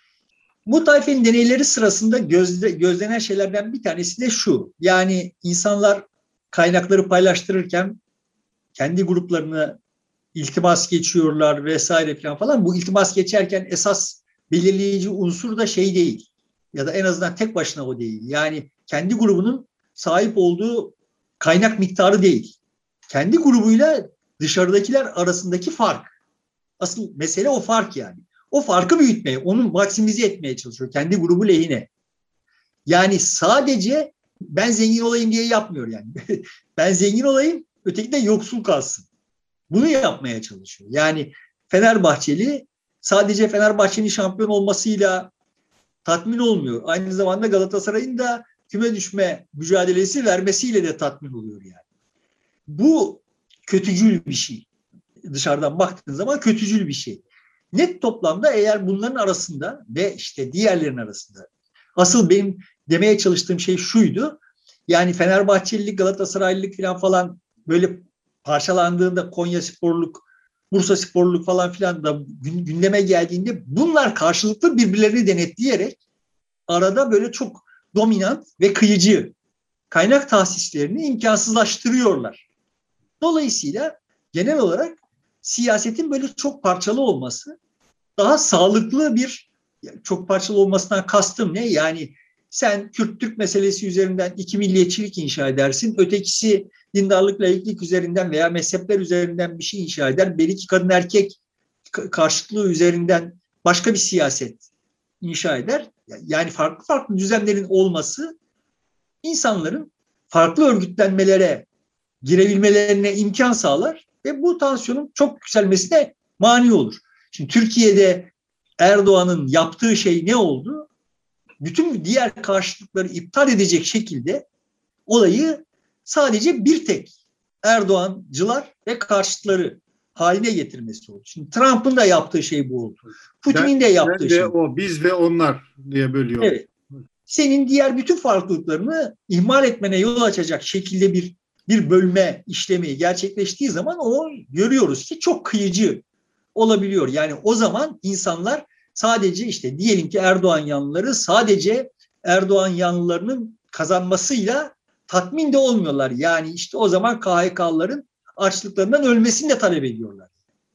Bu Tayfel'in deneyleri sırasında gözlenen şeylerden bir tanesi de şu. Yani insanlar kaynakları paylaştırırken kendi gruplarına iltimas geçiyorlar vesaire falan. Bu iltimas geçerken esas belirleyici unsur da şey değil. Ya da en azından tek başına o değil. Yani kendi grubunun sahip olduğu kaynak miktarı değil. Kendi grubuyla dışarıdakiler arasındaki fark. Asıl mesele o fark yani. O farkı büyütmeye, onu maksimize etmeye çalışıyor kendi grubu lehine. Yani sadece ben zengin olayım diye yapmıyor yani. Ben zengin olayım, öteki de yoksul kalsın. Bunu yapmaya çalışıyor. Yani Fenerbahçeli sadece Fenerbahçe'nin şampiyon olmasıyla tatmin olmuyor. Aynı zamanda Galatasaray'ın da küme düşme mücadelesi vermesiyle de tatmin oluyor yani. Bu kötücül bir şey. Dışarıdan baktığın zaman kötücül bir şey. Net toplamda eğer bunların arasında ve işte diğerlerin arasında asıl benim demeye çalıştığım şey şuydu. Yani Fenerbahçelilik, Galatasaraylılık falan böyle parçalandığında Konyasporluk, Bursasporluk falan filan da gündeme geldiğinde bunlar karşılıklı birbirlerini denetleyerek arada böyle çok dominant ve kıyıcı kaynak tahsislerini imkansızlaştırıyorlar. Dolayısıyla genel olarak siyasetin böyle çok parçalı olması daha sağlıklı bir, çok parçalı olmasından kastım ne? Yani sen Kürt-Türk meselesi üzerinden iki milliyetçilik inşa edersin. Ötekisi dindarlık, laiklik üzerinden veya mezhepler üzerinden bir şey inşa eder. Belki kadın erkek karşıtlığı üzerinden başka bir siyaset inşa eder. Yani farklı farklı düzenlerin olması insanların farklı örgütlenmelere girebilmelerine imkan sağlar ve bu tansiyonun çok yükselmesine mani olur. Şimdi Türkiye'de Erdoğan'ın yaptığı şey ne oldu? Bütün diğer karşıtlıkları iptal edecek şekilde olayı sadece bir tek Erdoğancılar ve karşıtları haline getirmesi oldu. Şimdi Trump'ın da yaptığı şey bu oldu. Putin'in de yaptığı şey. O, biz ve onlar diye bölüyor. Evet. Senin diğer bütün farklılıklarını ihmal etmene yol açacak şekilde bir bölme işlemi gerçekleştiği zaman o görüyoruz ki çok kıyıcı olabiliyor. Yani o zaman insanlar sadece işte diyelim ki Erdoğan yanlıları sadece Erdoğan yanlılarının kazanmasıyla tatmin de olmuyorlar. Yani işte o zaman KHK'lıların açlıklarından ölmesini de talep ediyorlar.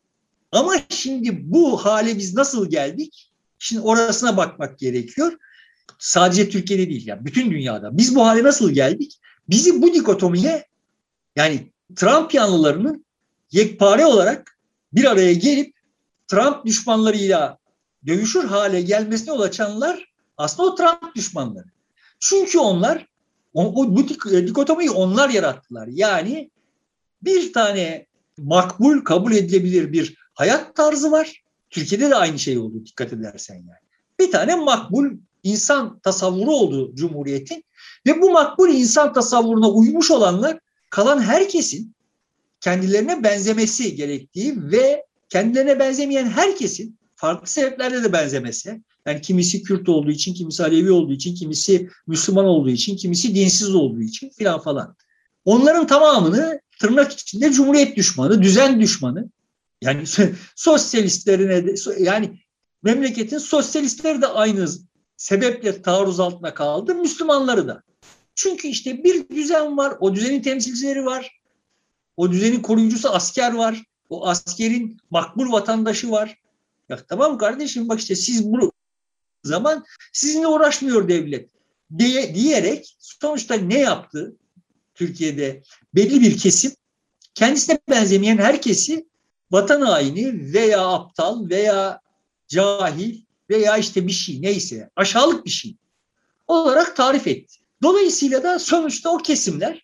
Ama şimdi bu hale biz nasıl geldik? Şimdi orasına bakmak gerekiyor. Sadece Türkiye'de değil, yani bütün dünyada. Biz bu hale nasıl geldik? Bizi bu dikotomiye, yani Trump yanlılarının yekpare olarak bir araya gelip Trump düşmanlarıyla dövüşür hale gelmesine yol açanlar aslında o Trump düşmanları. Çünkü onlar bu dikotomiyi onlar yarattılar. Yani bir tane makbul, kabul edilebilir bir hayat tarzı var. Türkiye'de de aynı şey oldu dikkat edersen yani. Bir tane makbul insan tasavvuru oldu Cumhuriyet'in ve bu makbul insan tasavvuruna uymuş olanlar kalan herkesin kendilerine benzemesi gerektiği ve kendilerine benzemeyen herkesin farklı sebeplerle de benzemesi. Yani kimisi Kürt olduğu için, kimisi Alevi olduğu için, kimisi Müslüman olduğu için, kimisi dinsiz olduğu için filan falan. Onların tamamını tırnak içinde Cumhuriyet düşmanı, düzen düşmanı. Yani sosyalistlerine de, yani memleketin sosyalistleri de aynı sebeple taarruz altına kaldı, Müslümanları da. Çünkü işte bir düzen var, o düzenin temsilcileri var, o düzenin koruyucusu asker var, o askerin makbul vatandaşı var. Ya tamam kardeşim bak işte siz bu zaman sizinle uğraşmıyor devlet diyerek sonuçta ne yaptı Türkiye'de? Belli bir kesim kendisine benzemeyen herkesi vatan haini veya aptal veya cahil veya işte bir şey neyse aşağılık bir şey olarak tarif etti. Dolayısıyla da sonuçta o kesimler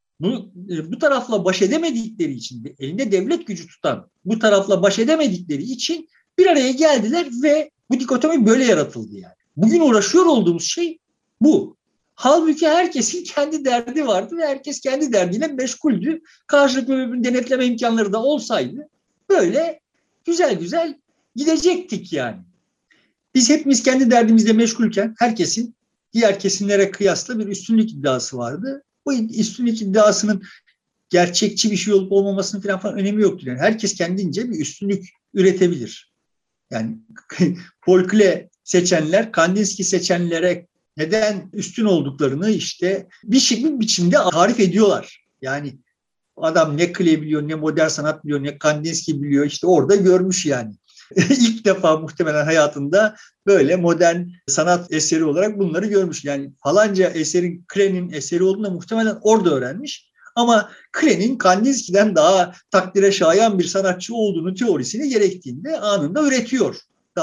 bu tarafla baş edemedikleri için, elinde devlet gücü tutan bu tarafla baş edemedikleri için bir araya geldiler ve bu dikotomi böyle yaratıldı yani. Bugün uğraşıyor olduğumuz şey bu. Halbuki herkesin kendi derdi vardı ve herkes kendi derdiyle meşguldü. Karşılıklı birbirini denetleme imkanları da olsaydı böyle güzel güzel gidecektik yani. Biz hepimiz kendi derdimizle meşgulken herkesin diğer kesimlere kıyasla bir üstünlük iddiası vardı. Bu üstünlük iddiasının gerçekçi bir şey olup olmamasının falan önemi yoktur. Yani herkes kendince bir üstünlük üretebilir. Yani Paul Klee seçenler Kandinsky seçenlere neden üstün olduklarını işte bir biçimde tarif ediyorlar. Yani adam ne Klee biliyor, ne modern sanat biliyor, ne Kandinsky biliyor. İşte orada görmüş yani. İlk defa muhtemelen hayatında böyle modern sanat eseri olarak bunları görmüş. Yani falanca eserin Klee'nin eseri olduğunu muhtemelen orada öğrenmiş. Ama Klee'nin Kandinsky'den daha takdire şayan bir sanatçı olduğunu teorisini gerektiğinde anında üretiyor.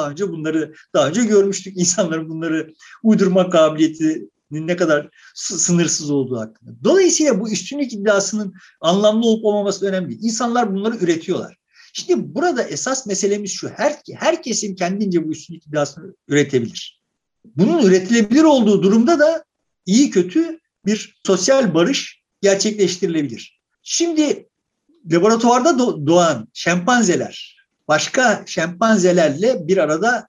Daha önce görmüştük insanların bunları uydurma kabiliyetinin ne kadar sınırsız olduğu hakkında. Dolayısıyla bu üstünlük iddiasının anlamlı olup olmaması önemli. İnsanlar bunları üretiyorlar. Şimdi burada esas meselemiz şu. Herkesin kendince bu üstünlük iddiasını üretebilir. Bunun üretilebilir olduğu durumda da iyi kötü bir sosyal barış gerçekleştirilebilir. Şimdi laboratuvarda doğan şempanzeler başka şempanzelerle bir arada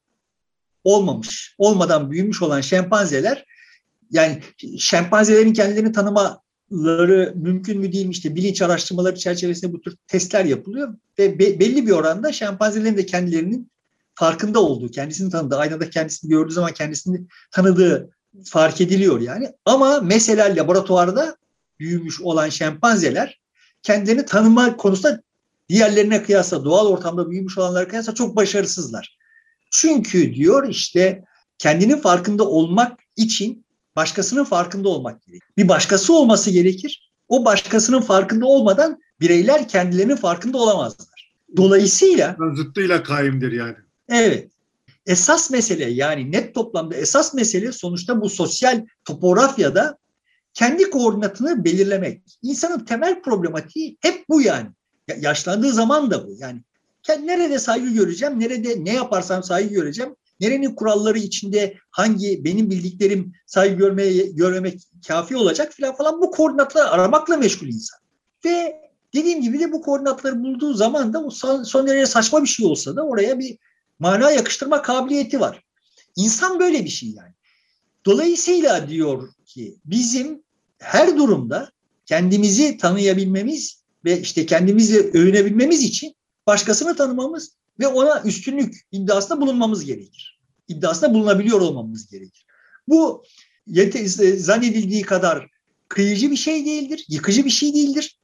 olmadan büyümüş olan şempanzeler, yani şempanzelerin kendilerini tanımaları mümkün mü değil mi, işte bilinç araştırmaları çerçevesinde bu tür testler yapılıyor ve belli bir oranda şempanzelerin de kendilerinin farkında olduğu, kendisini tanıdığı, aynada kendisini gördüğü zaman kendisini tanıdığı fark ediliyor yani. Ama mesela laboratuvarda büyümüş olan şempanzeler kendilerini tanıma konusunda diğerlerine kıyasla, doğal ortamda büyümüş olanlara kıyasla çok başarısızlar. Çünkü diyor işte kendinin farkında olmak için başkasının farkında olmak gerekir. Bir başkası olması gerekir. O başkasının farkında olmadan bireyler kendilerinin farkında olamazlar. Dolayısıyla zıttıyla kaimdir yani. Evet. Esas mesele, yani net toplamda esas mesele sonuçta bu sosyal topografyada kendi koordinatını belirlemek. İnsanın temel problematiği hep bu yani. Yaşlandığı zaman da bu. Yani nerede saygı göreceğim, nerede ne yaparsam saygı göreceğim, nerenin kuralları içinde hangi benim bildiklerim saygı görmemek kafi olacak falan bu koordinatları aramakla meşgul insan. Ve dediğim gibi de bu koordinatları bulduğu zaman da o son derece saçma bir şey olsa da oraya bir mana yakıştırma kabiliyeti var. İnsan böyle bir şey yani. Dolayısıyla diyor ki bizim her durumda kendimizi tanıyabilmemiz ve işte kendimizle övünebilmemiz için başkasını tanımamız ve ona üstünlük iddiasında bulunmamız gerekir. İddiasında bulunabiliyor olmamız gerekir. Bu zannedildiği kadar kıyıcı bir şey değildir, yıkıcı bir şey değildir.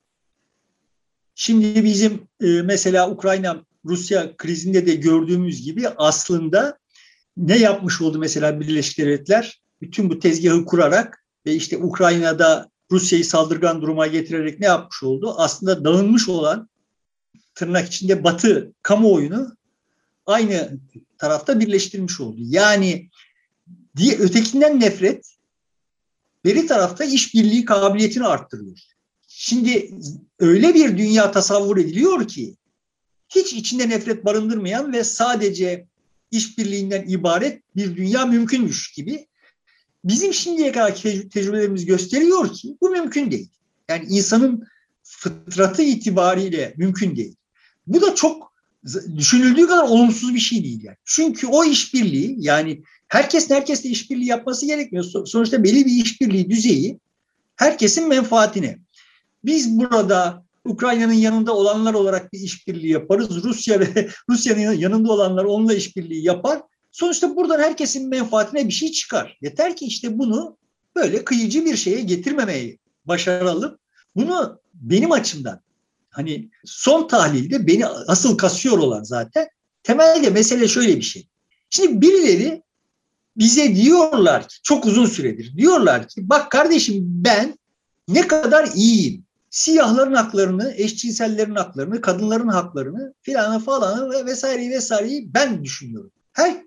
Şimdi bizim mesela Ukrayna-Rusya krizinde de gördüğümüz gibi aslında ne yapmış oldu mesela Birleşik Devletler? Bütün bu tezgahı kurarak ve işte Ukrayna'da Rusya'yı saldırgan duruma getirerek ne yapmış oldu? Aslında dağılmış olan tırnak içinde Batı kamuoyunu aynı tarafta birleştirmiş oldu. Yani ötekinden nefret beri tarafta işbirliği kabiliyetini arttırıyor. Şimdi öyle bir dünya tasavvur ediliyor ki hiç içinde nefret barındırmayan ve sadece işbirliğinden ibaret bir dünya mümkünmüş gibi. Bizim şimdiye kadar tecrübelerimiz gösteriyor ki bu mümkün değil. Yani insanın fıtratı itibariyle mümkün değil. Bu da çok düşünüldüğü kadar olumsuz bir şey değil yani. Çünkü o işbirliği, yani herkesle işbirliği yapması gerekmiyor. Sonuçta belli bir işbirliği düzeyi herkesin menfaatine. Biz burada Ukrayna'nın yanında olanlar olarak bir işbirliği yaparız. Rusya'nın yanında olanlar onunla işbirliği yapar. Sonuçta buradan herkesin menfaatine bir şey çıkar. Yeter ki işte bunu böyle kıyıcı bir şeye getirmemeyi başaralım. Bunu benim açımdan, hani son tahlilde beni asıl kasıyor olan zaten temelde mesele şöyle bir şey. Şimdi birileri bize diyorlar ki, çok uzun süredir diyorlar ki, bak kardeşim ben ne kadar iyiyim. Siyahların haklarını, eşcinsellerin haklarını, kadınların haklarını filanı falanı ve vesaireyi ben düşünüyorum. Her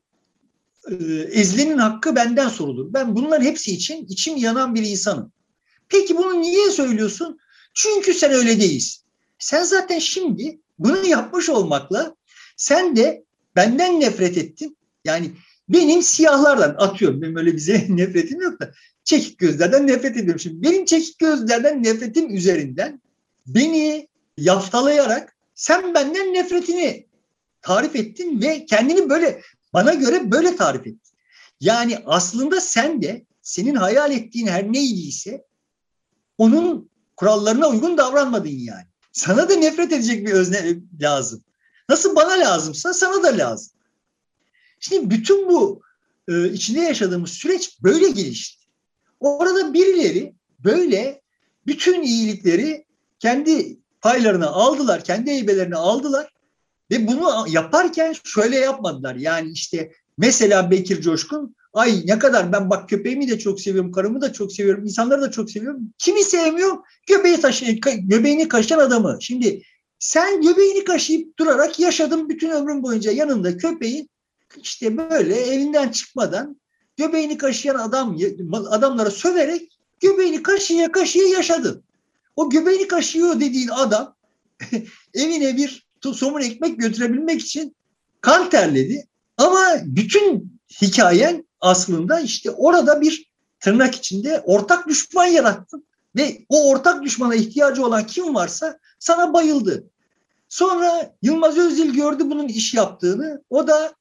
ezilenin hakkı benden sorulur. Ben bunların hepsi için içim yanan bir insanım. Peki bunu niye söylüyorsun? Çünkü sen öyle değilsin. Sen zaten şimdi bunu yapmış olmakla sen de benden nefret ettin. Yani benim siyahlardan, atıyorum, benim öyle bize nefretim yok da, çekik gözlerden nefret ediyorum. Şimdi benim çekik gözlerden nefretim üzerinden beni yaftalayarak sen benden nefretini tarif ettin ve kendini böyle, bana göre böyle tarif ettin. Yani aslında sen de senin hayal ettiğin her neydiyse onun kurallarına uygun davranmadın yani. Sana da nefret edecek bir özne lazım. Nasıl bana lazımsa sana da lazım. Şimdi bütün bu içinde yaşadığımız süreç böyle gelişti. Orada birileri böyle bütün iyilikleri kendi paylarına aldılar, kendi heybelerine aldılar ve bunu yaparken şöyle yapmadılar. Yani işte mesela Bekir Coşkun, ay ne kadar ben bak köpeğimi de çok seviyorum, karımı da çok seviyorum, insanları da çok seviyorum. Kimi sevmiyorum? Göbeğini kaşıyan adamı. Şimdi sen göbeğini kaşıyıp durarak yaşadın bütün ömrün boyunca, yanında köpeğin işte böyle evinden çıkmadan göbeğini kaşıyan adamlara söverek göbeğini kaşıya yaşadın. O göbeğini kaşıyor dediğin adam evine bir somun ekmek götürebilmek için kan terledi. Ama bütün hikayen aslında işte orada bir tırnak içinde ortak düşman yarattın. Ve o ortak düşmana ihtiyacı olan kim varsa sana bayıldı. Sonra Yılmaz Özdil gördü bunun iş yaptığını. O da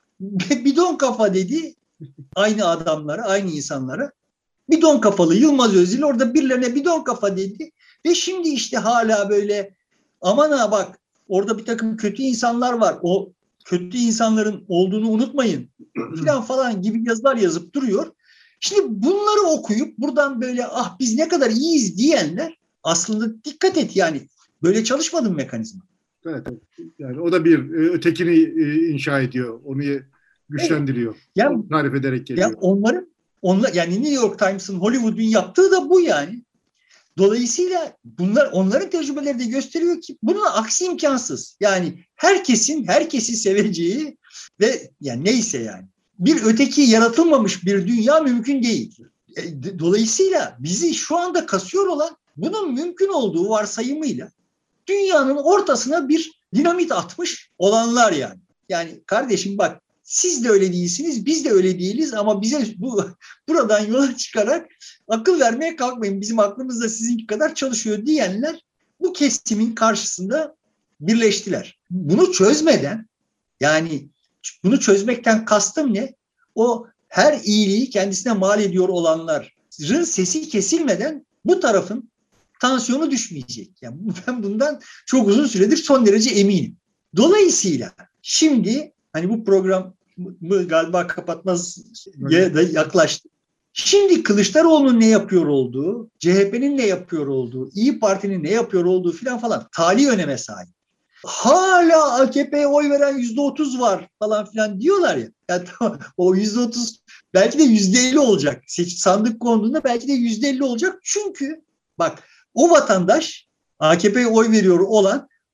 bidon kafa dedi aynı adamlara, aynı insanlara. Bidon kafalı Yılmaz Özdil orada birilerine bidon kafa dedi. Ve şimdi işte hala böyle aman ha bak orada bir takım kötü insanlar var. O kötü insanların olduğunu unutmayın falan gibi yazılar yazıp duruyor. Şimdi bunları okuyup buradan böyle ah biz ne kadar iyiyiz diyenler aslında dikkat et yani böyle çalışmadı mekanizma. Evet, yani o da bir ötekini inşa ediyor, onu güçlendiriyor, evet. Yani, tarif ederek geliyor. Yani yani New York Times'ın Hollywood'un yaptığı da bu yani. Dolayısıyla onların tecrübeleri de gösteriyor ki bunun aksi imkansız. Yani herkesi seveceği ve yani neyse yani bir öteki yaratılmamış bir dünya mümkün değil. Dolayısıyla bizi şu anda kasıyor olan bunun mümkün olduğu varsayımıyla dünyanın ortasına bir dinamit atmış olanlar yani. Yani kardeşim bak siz de öyle değilsiniz, biz de öyle değiliz ama bize buradan yola çıkarak akıl vermeye kalkmayın. Bizim aklımız da sizinki kadar çalışıyor diyenler bu kesimin karşısında birleştiler. Bunu çözmeden, yani bunu çözmekten kastım ne? O her iyiliği kendisine mal ediyor olanların sesi kesilmeden bu tarafın tansiyonu düşmeyecek. Yani ben bundan çok uzun süredir son derece eminim. Dolayısıyla şimdi hani bu programı galiba kapatmaya da yaklaştı. Şimdi Kılıçdaroğlu'nun ne yapıyor olduğu, CHP'nin ne yapıyor olduğu, İYİ Parti'nin ne yapıyor olduğu falan tali öneme sahip. Hala AKP'ye oy veren %30 var falan diyorlar ya. Yani tamam, o %30 belki de %50 olacak. Sandık konduğunda belki de %50 olacak. Çünkü bak o vatandaş AKP'ye oy veriyor olan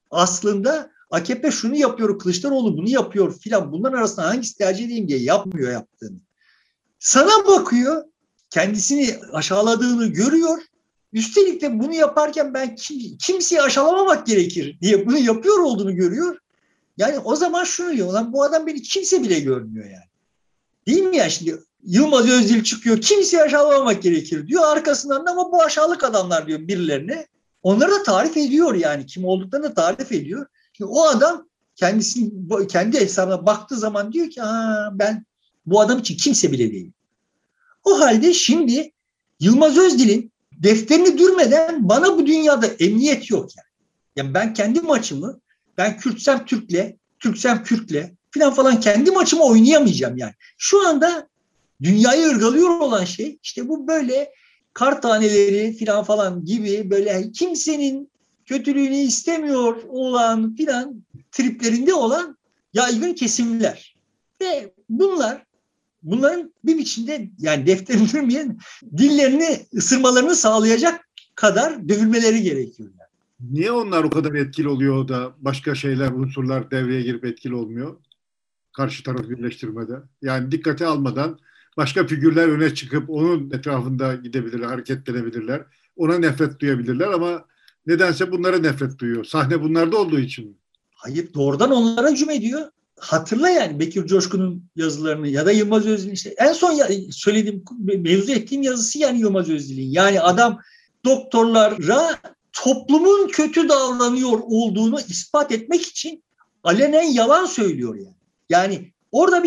Aslında AKP şunu yapıyor, Kılıçdaroğlu bunu yapıyor filan. Bunların arasında hangisi tercih edeyim diye yapmıyor yaptığını. Sana bakıyor, kendisini aşağıladığını görüyor. Üstelik de bunu yaparken ben kimseyi aşağılamamak gerekir diye bunu yapıyor olduğunu görüyor. Yani o zaman şunu diyor, lan bu adam beni kimse bile görmüyor yani. Değil mi ya şimdi Yılmaz Özdil çıkıyor, kimseyi aşağılamamak gerekir diyor. Arkasından da ama bu aşağılık adamlar diyor birilerine. Onları da tarif ediyor yani kim olduklarını da tarif ediyor. Şimdi o adam kendi hesabına baktığı zaman diyor ki ben bu adam için kimse bile değilim. O halde şimdi Yılmaz Özdil'in defterini dürmeden bana bu dünyada emniyet yok yani. Yani ben kendi maçımı, ben Kürtsem Türk'le, Türksem Kürt'le falan kendi maçımı oynayamayacağım yani. Şu anda dünyayı ırgalıyor olan şey işte bu böyle kar taneleri falan gibi böyle kimsenin kötülüğünü istemiyor olan triplerinde olan yaygın kesimler. Ve bunların bir biçimde yani defterini dürmeyen dillerini ısırmalarını sağlayacak kadar dövülmeleri gerekiyor. Yani. Niye onlar o kadar etkili oluyor da başka şeyler, unsurlar devreye girip etkili olmuyor? Karşı tarafı birleştirmede. Yani dikkate almadan başka figürler öne çıkıp onun etrafında gidebilirler, hareketlenebilirler. Ona nefret duyabilirler ama nedense bunlara nefret duyuyor. Sahne bunlarda olduğu için mi? Hayır, doğrudan onlara hücum ediyor. Hatırla yani Bekir Coşkun'un yazılarını ya da Yılmaz Özdil'in işte en son söylediğim, mevzu ettiğim yazısı yani Yılmaz Özdil'in. Yani adam doktorlara toplumun kötü davranıyor olduğunu ispat etmek için alenen yalan söylüyor yani. Yani orada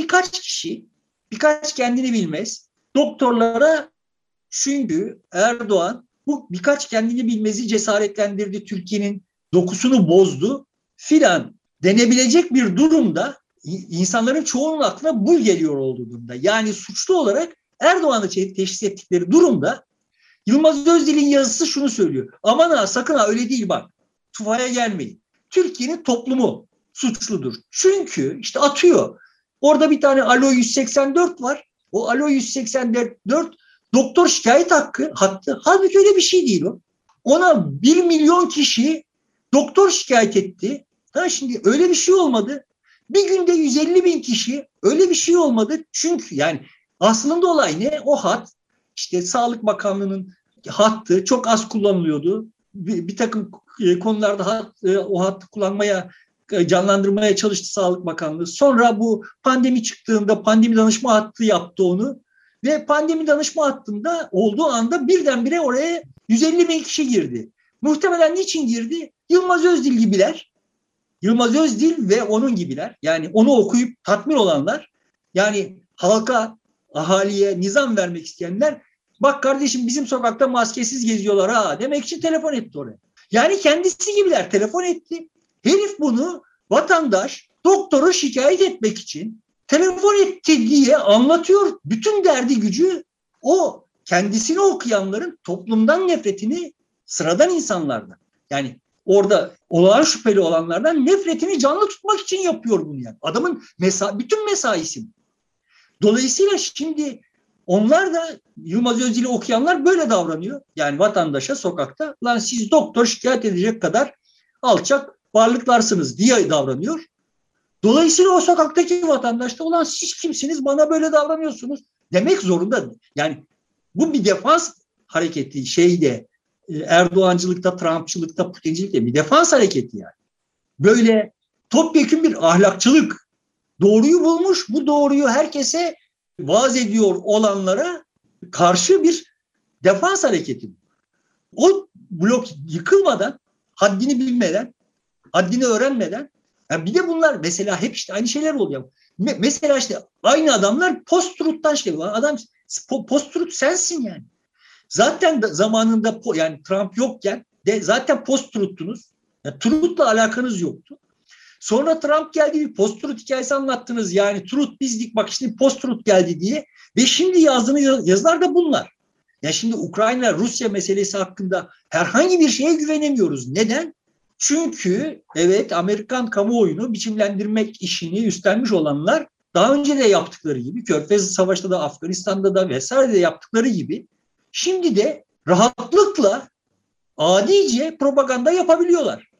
birkaç kendini bilmez doktorlara çünkü Erdoğan bu birkaç kendini bilmezi cesaretlendirdi, Türkiye'nin dokusunu bozdu denebilecek bir durumda insanların çoğunun aklına bu geliyor olduğu durumda. Yani suçlu olarak Erdoğan'ı teşhis ettikleri durumda Yılmaz Özdil'in yazısı şunu söylüyor. Aman ha sakın ha öyle değil bak. Tufaya gelmeyin. Türkiye'nin toplumu suçludur. Çünkü işte atıyor. Orada bir tane Alo 184 var. O Alo 184 doktor şikayet hattı. Halbuki öyle bir şey değil o. Ona 1 milyon kişi doktor şikayet etti. Şimdi öyle bir şey olmadı. Bir günde 150 bin kişi öyle bir şey olmadı. Çünkü yani aslında olay ne? O hat işte Sağlık Bakanlığı'nın hattı çok az kullanılıyordu. Bir takım konularda o hattı canlandırmaya çalıştı Sağlık Bakanlığı. Sonra bu pandemi çıktığında pandemi danışma hattı yaptı onu. Ve pandemi danışma hattında olduğu anda birdenbire oraya 150 bin kişi girdi. Muhtemelen niçin girdi? Yılmaz Özdil gibiler. Yılmaz Özdil ve onun gibiler. Yani onu okuyup tatmin olanlar. Yani halka, ahaliye nizam vermek isteyenler. Bak kardeşim bizim sokakta maskesiz geziyorlar ha demek için telefon etti oraya. Yani kendisi gibiler telefon etti. Herif bunu vatandaş doktoru şikayet etmek için telefon etti diye anlatıyor. Bütün derdi gücü o kendisini okuyanların toplumdan nefretini sıradan insanlardan. Yani orada olağan şüpheli olanlardan nefretini canlı tutmak için yapıyor bunu yani. Adamın bütün mesaisi. Dolayısıyla şimdi onlar da Yılmaz Özdil'i okuyanlar böyle davranıyor. Yani vatandaşa sokakta lan siz doktor şikayet edecek kadar alçak varlıklarsınız diye davranıyor. Dolayısıyla o sokaktaki vatandaş da ulan siz kimsiniz bana böyle davranıyorsunuz demek zorunda. Yani bu bir defans hareketi Erdoğancılıkta, Trumpçılıkta, Putincilikte bir defans hareketi yani. Böyle topyekün bir ahlakçılık doğruyu bulmuş, bu doğruyu herkese vaaz ediyor olanlara karşı bir defans hareketi. O blok yıkılmadan, haddini bilmeden, haddini öğrenmeden, yani bir de bunlar mesela hep işte aynı şeyler oluyor. Mesela işte aynı adamlar post-truth'tan adam post-truth sensin yani. Zaten zamanında yani Trump yokken de zaten post-truth'tunuz. Yani truth'la alakanız yoktu. Sonra Trump geldi bir post-truth hikayesi anlattınız. Yani truth bizdik bak şimdi post-truth geldi diye. Ve şimdi yazdığınız yazılar da bunlar. Yani şimdi Ukrayna-Rusya meselesi hakkında herhangi bir şeye güvenemiyoruz. Neden? Çünkü evet Amerikan kamuoyunu biçimlendirmek işini üstlenmiş olanlar daha önce de yaptıkları gibi Körfez Savaşı'nda da Afganistan'da da vesaire de yaptıkları gibi şimdi de rahatlıkla adice propaganda yapabiliyorlar.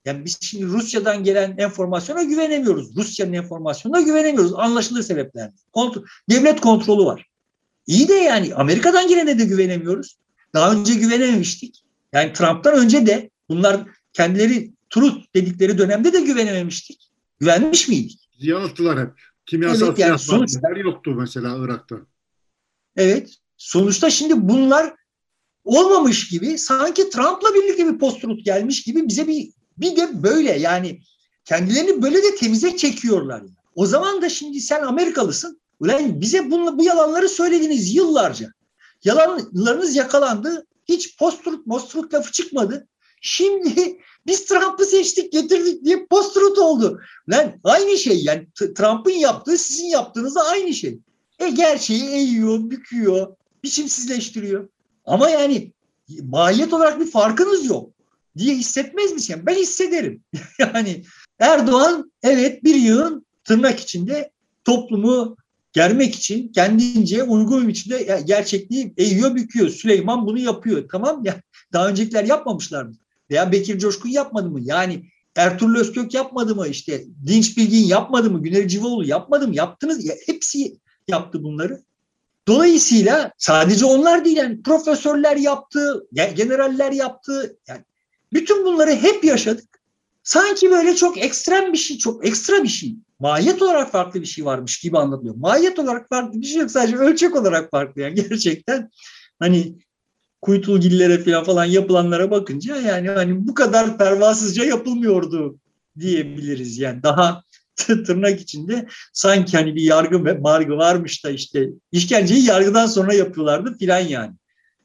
Yani biz şimdi Rusya'dan gelen enformasyona güvenemiyoruz. Rusya'nın enformasyonuna güvenemiyoruz. Anlaşılır sebeplerden. Devlet kontrolü var. İyi de yani Amerika'dan gelene de güvenemiyoruz. Daha önce güvenememiştik. Yani Trump'tan önce de bunlar kendileri truth dedikleri dönemde de güvenememiştik. Güvenmiş miydik? Yanılttılar hep. Kimyasal Evet yani silah sonuçta maddeler yoktu mesela Irak'ta. evet sonuçta şimdi bunlar olmamış gibi sanki Trump'la birlikte bir post-truth gelmiş gibi bize bir de böyle yani kendilerini böyle de temize çekiyorlar. O zaman da şimdi sen Amerikalısın. Ulan bize bu yalanları söylediniz yıllarca. Yalanlarınız yakalandı. Hiç post-truth lafı çıkmadı. Şimdi biz Trump'ı seçtik getirdik diye post-truth oldu. Lan aynı şey yani Trump'ın yaptığı sizin yaptığınızda aynı şey. Gerçeği eğiyor, büküyor, biçimsizleştiriyor. Ama yani mahiyet olarak bir farkınız yok diye hissetmez misin? Ben hissederim. Yani Erdoğan evet bir yığın tırnak içinde toplumu germek için kendince uygun biçimde gerçekliği eğiyor büküyor. Süleyman bunu yapıyor. Tamam ya daha öncekiler yapmamışlar mı? Veya Bekir Coşkun yapmadı mı? Yani Ertuğrul Özkök yapmadı mı? İşte Dinç Bilgin yapmadı mı? Güner Civoğlu yapmadı mı? Yaptınız. Ya, hepsi yaptı bunları. Dolayısıyla sadece onlar değil yani profesörler yaptı, generaller yaptı. Yani bütün bunları hep yaşadık. Sanki böyle çok ekstrem bir şey, çok ekstra bir şey. Mahiyet olarak farklı bir şey varmış gibi anlatılıyor. Mahiyet olarak farklı bir şey yok. Sadece ölçek olarak farklı. Yani gerçekten hani Kuytulgillere falan yapılanlara bakınca yani hani bu kadar pervasızca yapılmıyordu diyebiliriz. Yani daha tırnak içinde sanki hani bir yargı ve margı varmış da işte işkenceyi yargıdan sonra yapıyorlardı filan yani.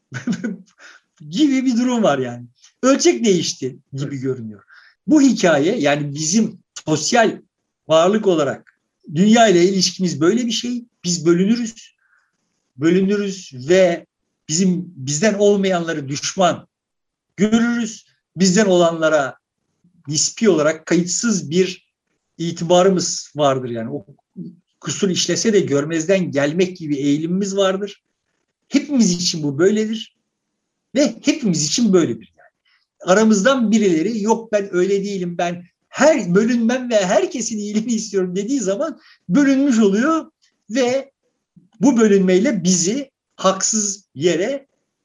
Gibi bir durum var yani. Ölçek değişti gibi görünüyor. Bu hikaye yani bizim sosyal varlık olarak dünya ile ilişkimiz böyle bir şey. Biz bölünürüz. Bölünürüz ve bizden olmayanları düşman görürüz. Bizden olanlara nispi olarak kayıtsız bir itibarımız vardır. Yani o kusur işlese de görmezden gelmek gibi eğilimimiz vardır. Hepimiz için bu böyledir ve hepimiz için böyledir. Yani. Aramızdan birileri yok ben öyle değilim ben her bölünmem ve herkesin iyiliğini istiyorum dediği zaman bölünmüş oluyor ve bu bölünmeyle bizi haksız yere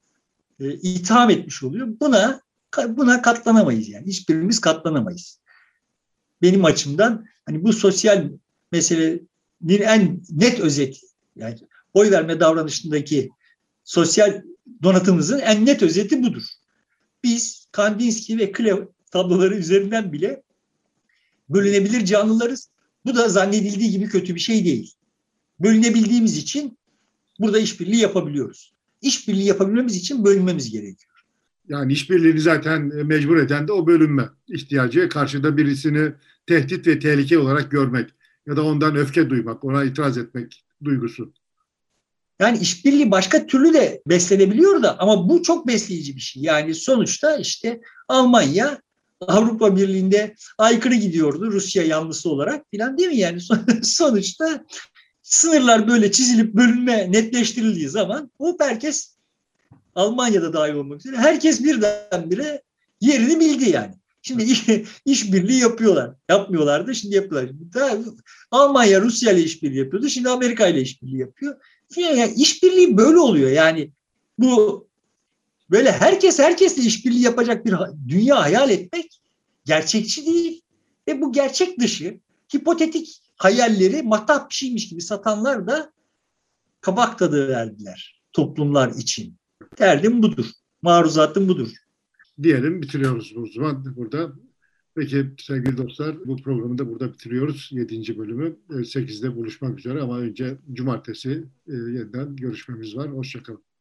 itham etmiş oluyor. Buna katlanamayız yani. Hiçbirimiz katlanamayız. Benim açımdan hani bu sosyal meselenin en net özeti yani oy verme davranışındaki sosyal donatımızın en net özeti budur. Biz Kandinsky ve Klee tabloları üzerinden bile bölünebilir canlılarız. Bu da zannedildiği gibi kötü bir şey değil. Bölünebildiğimiz için burada işbirliği yapabiliyoruz. İşbirliği yapabilmemiz için bölünmemiz gerekiyor. Yani işbirliğini zaten mecbur eden de o bölünme ihtiyacı. Karşıda birisini tehdit ve tehlike olarak görmek ya da ondan öfke duymak, ona itiraz etmek duygusu. Yani işbirliği başka türlü de beslenebiliyor da ama bu çok besleyici bir şey. Yani sonuçta işte Almanya Avrupa Birliği'nde aykırı gidiyordu Rusya yanlısı olarak filan değil mi? Yani sonuçta sınırlar böyle çizilip bölünme netleştirildiği zaman o herkes Almanya'da dahil olmak üzere herkes birdenbire yerini bildi yani. Şimdi işbirliği yapıyorlar. Yapmıyorlardı şimdi yapıyorlar. Almanya Rusya ile işbirliği yapıyordu. Şimdi Amerika ile işbirliği yapıyor. Yani işbirliği böyle oluyor. Yani bu böyle herkesle işbirliği yapacak bir dünya hayal etmek gerçekçi değil. Ve bu gerçek dışı hipotetik hayalleri matah bir şeymiş gibi satanlar da kabak tadı verdiler toplumlar için. Derdim budur. Maruzatım budur. Diyelim bitiriyoruz o zaman burada. Peki sevgili dostlar bu programı da burada bitiriyoruz. 7. bölümü 8'de buluşmak üzere ama önce cumartesi yeniden görüşmemiz var. Hoşça kalın.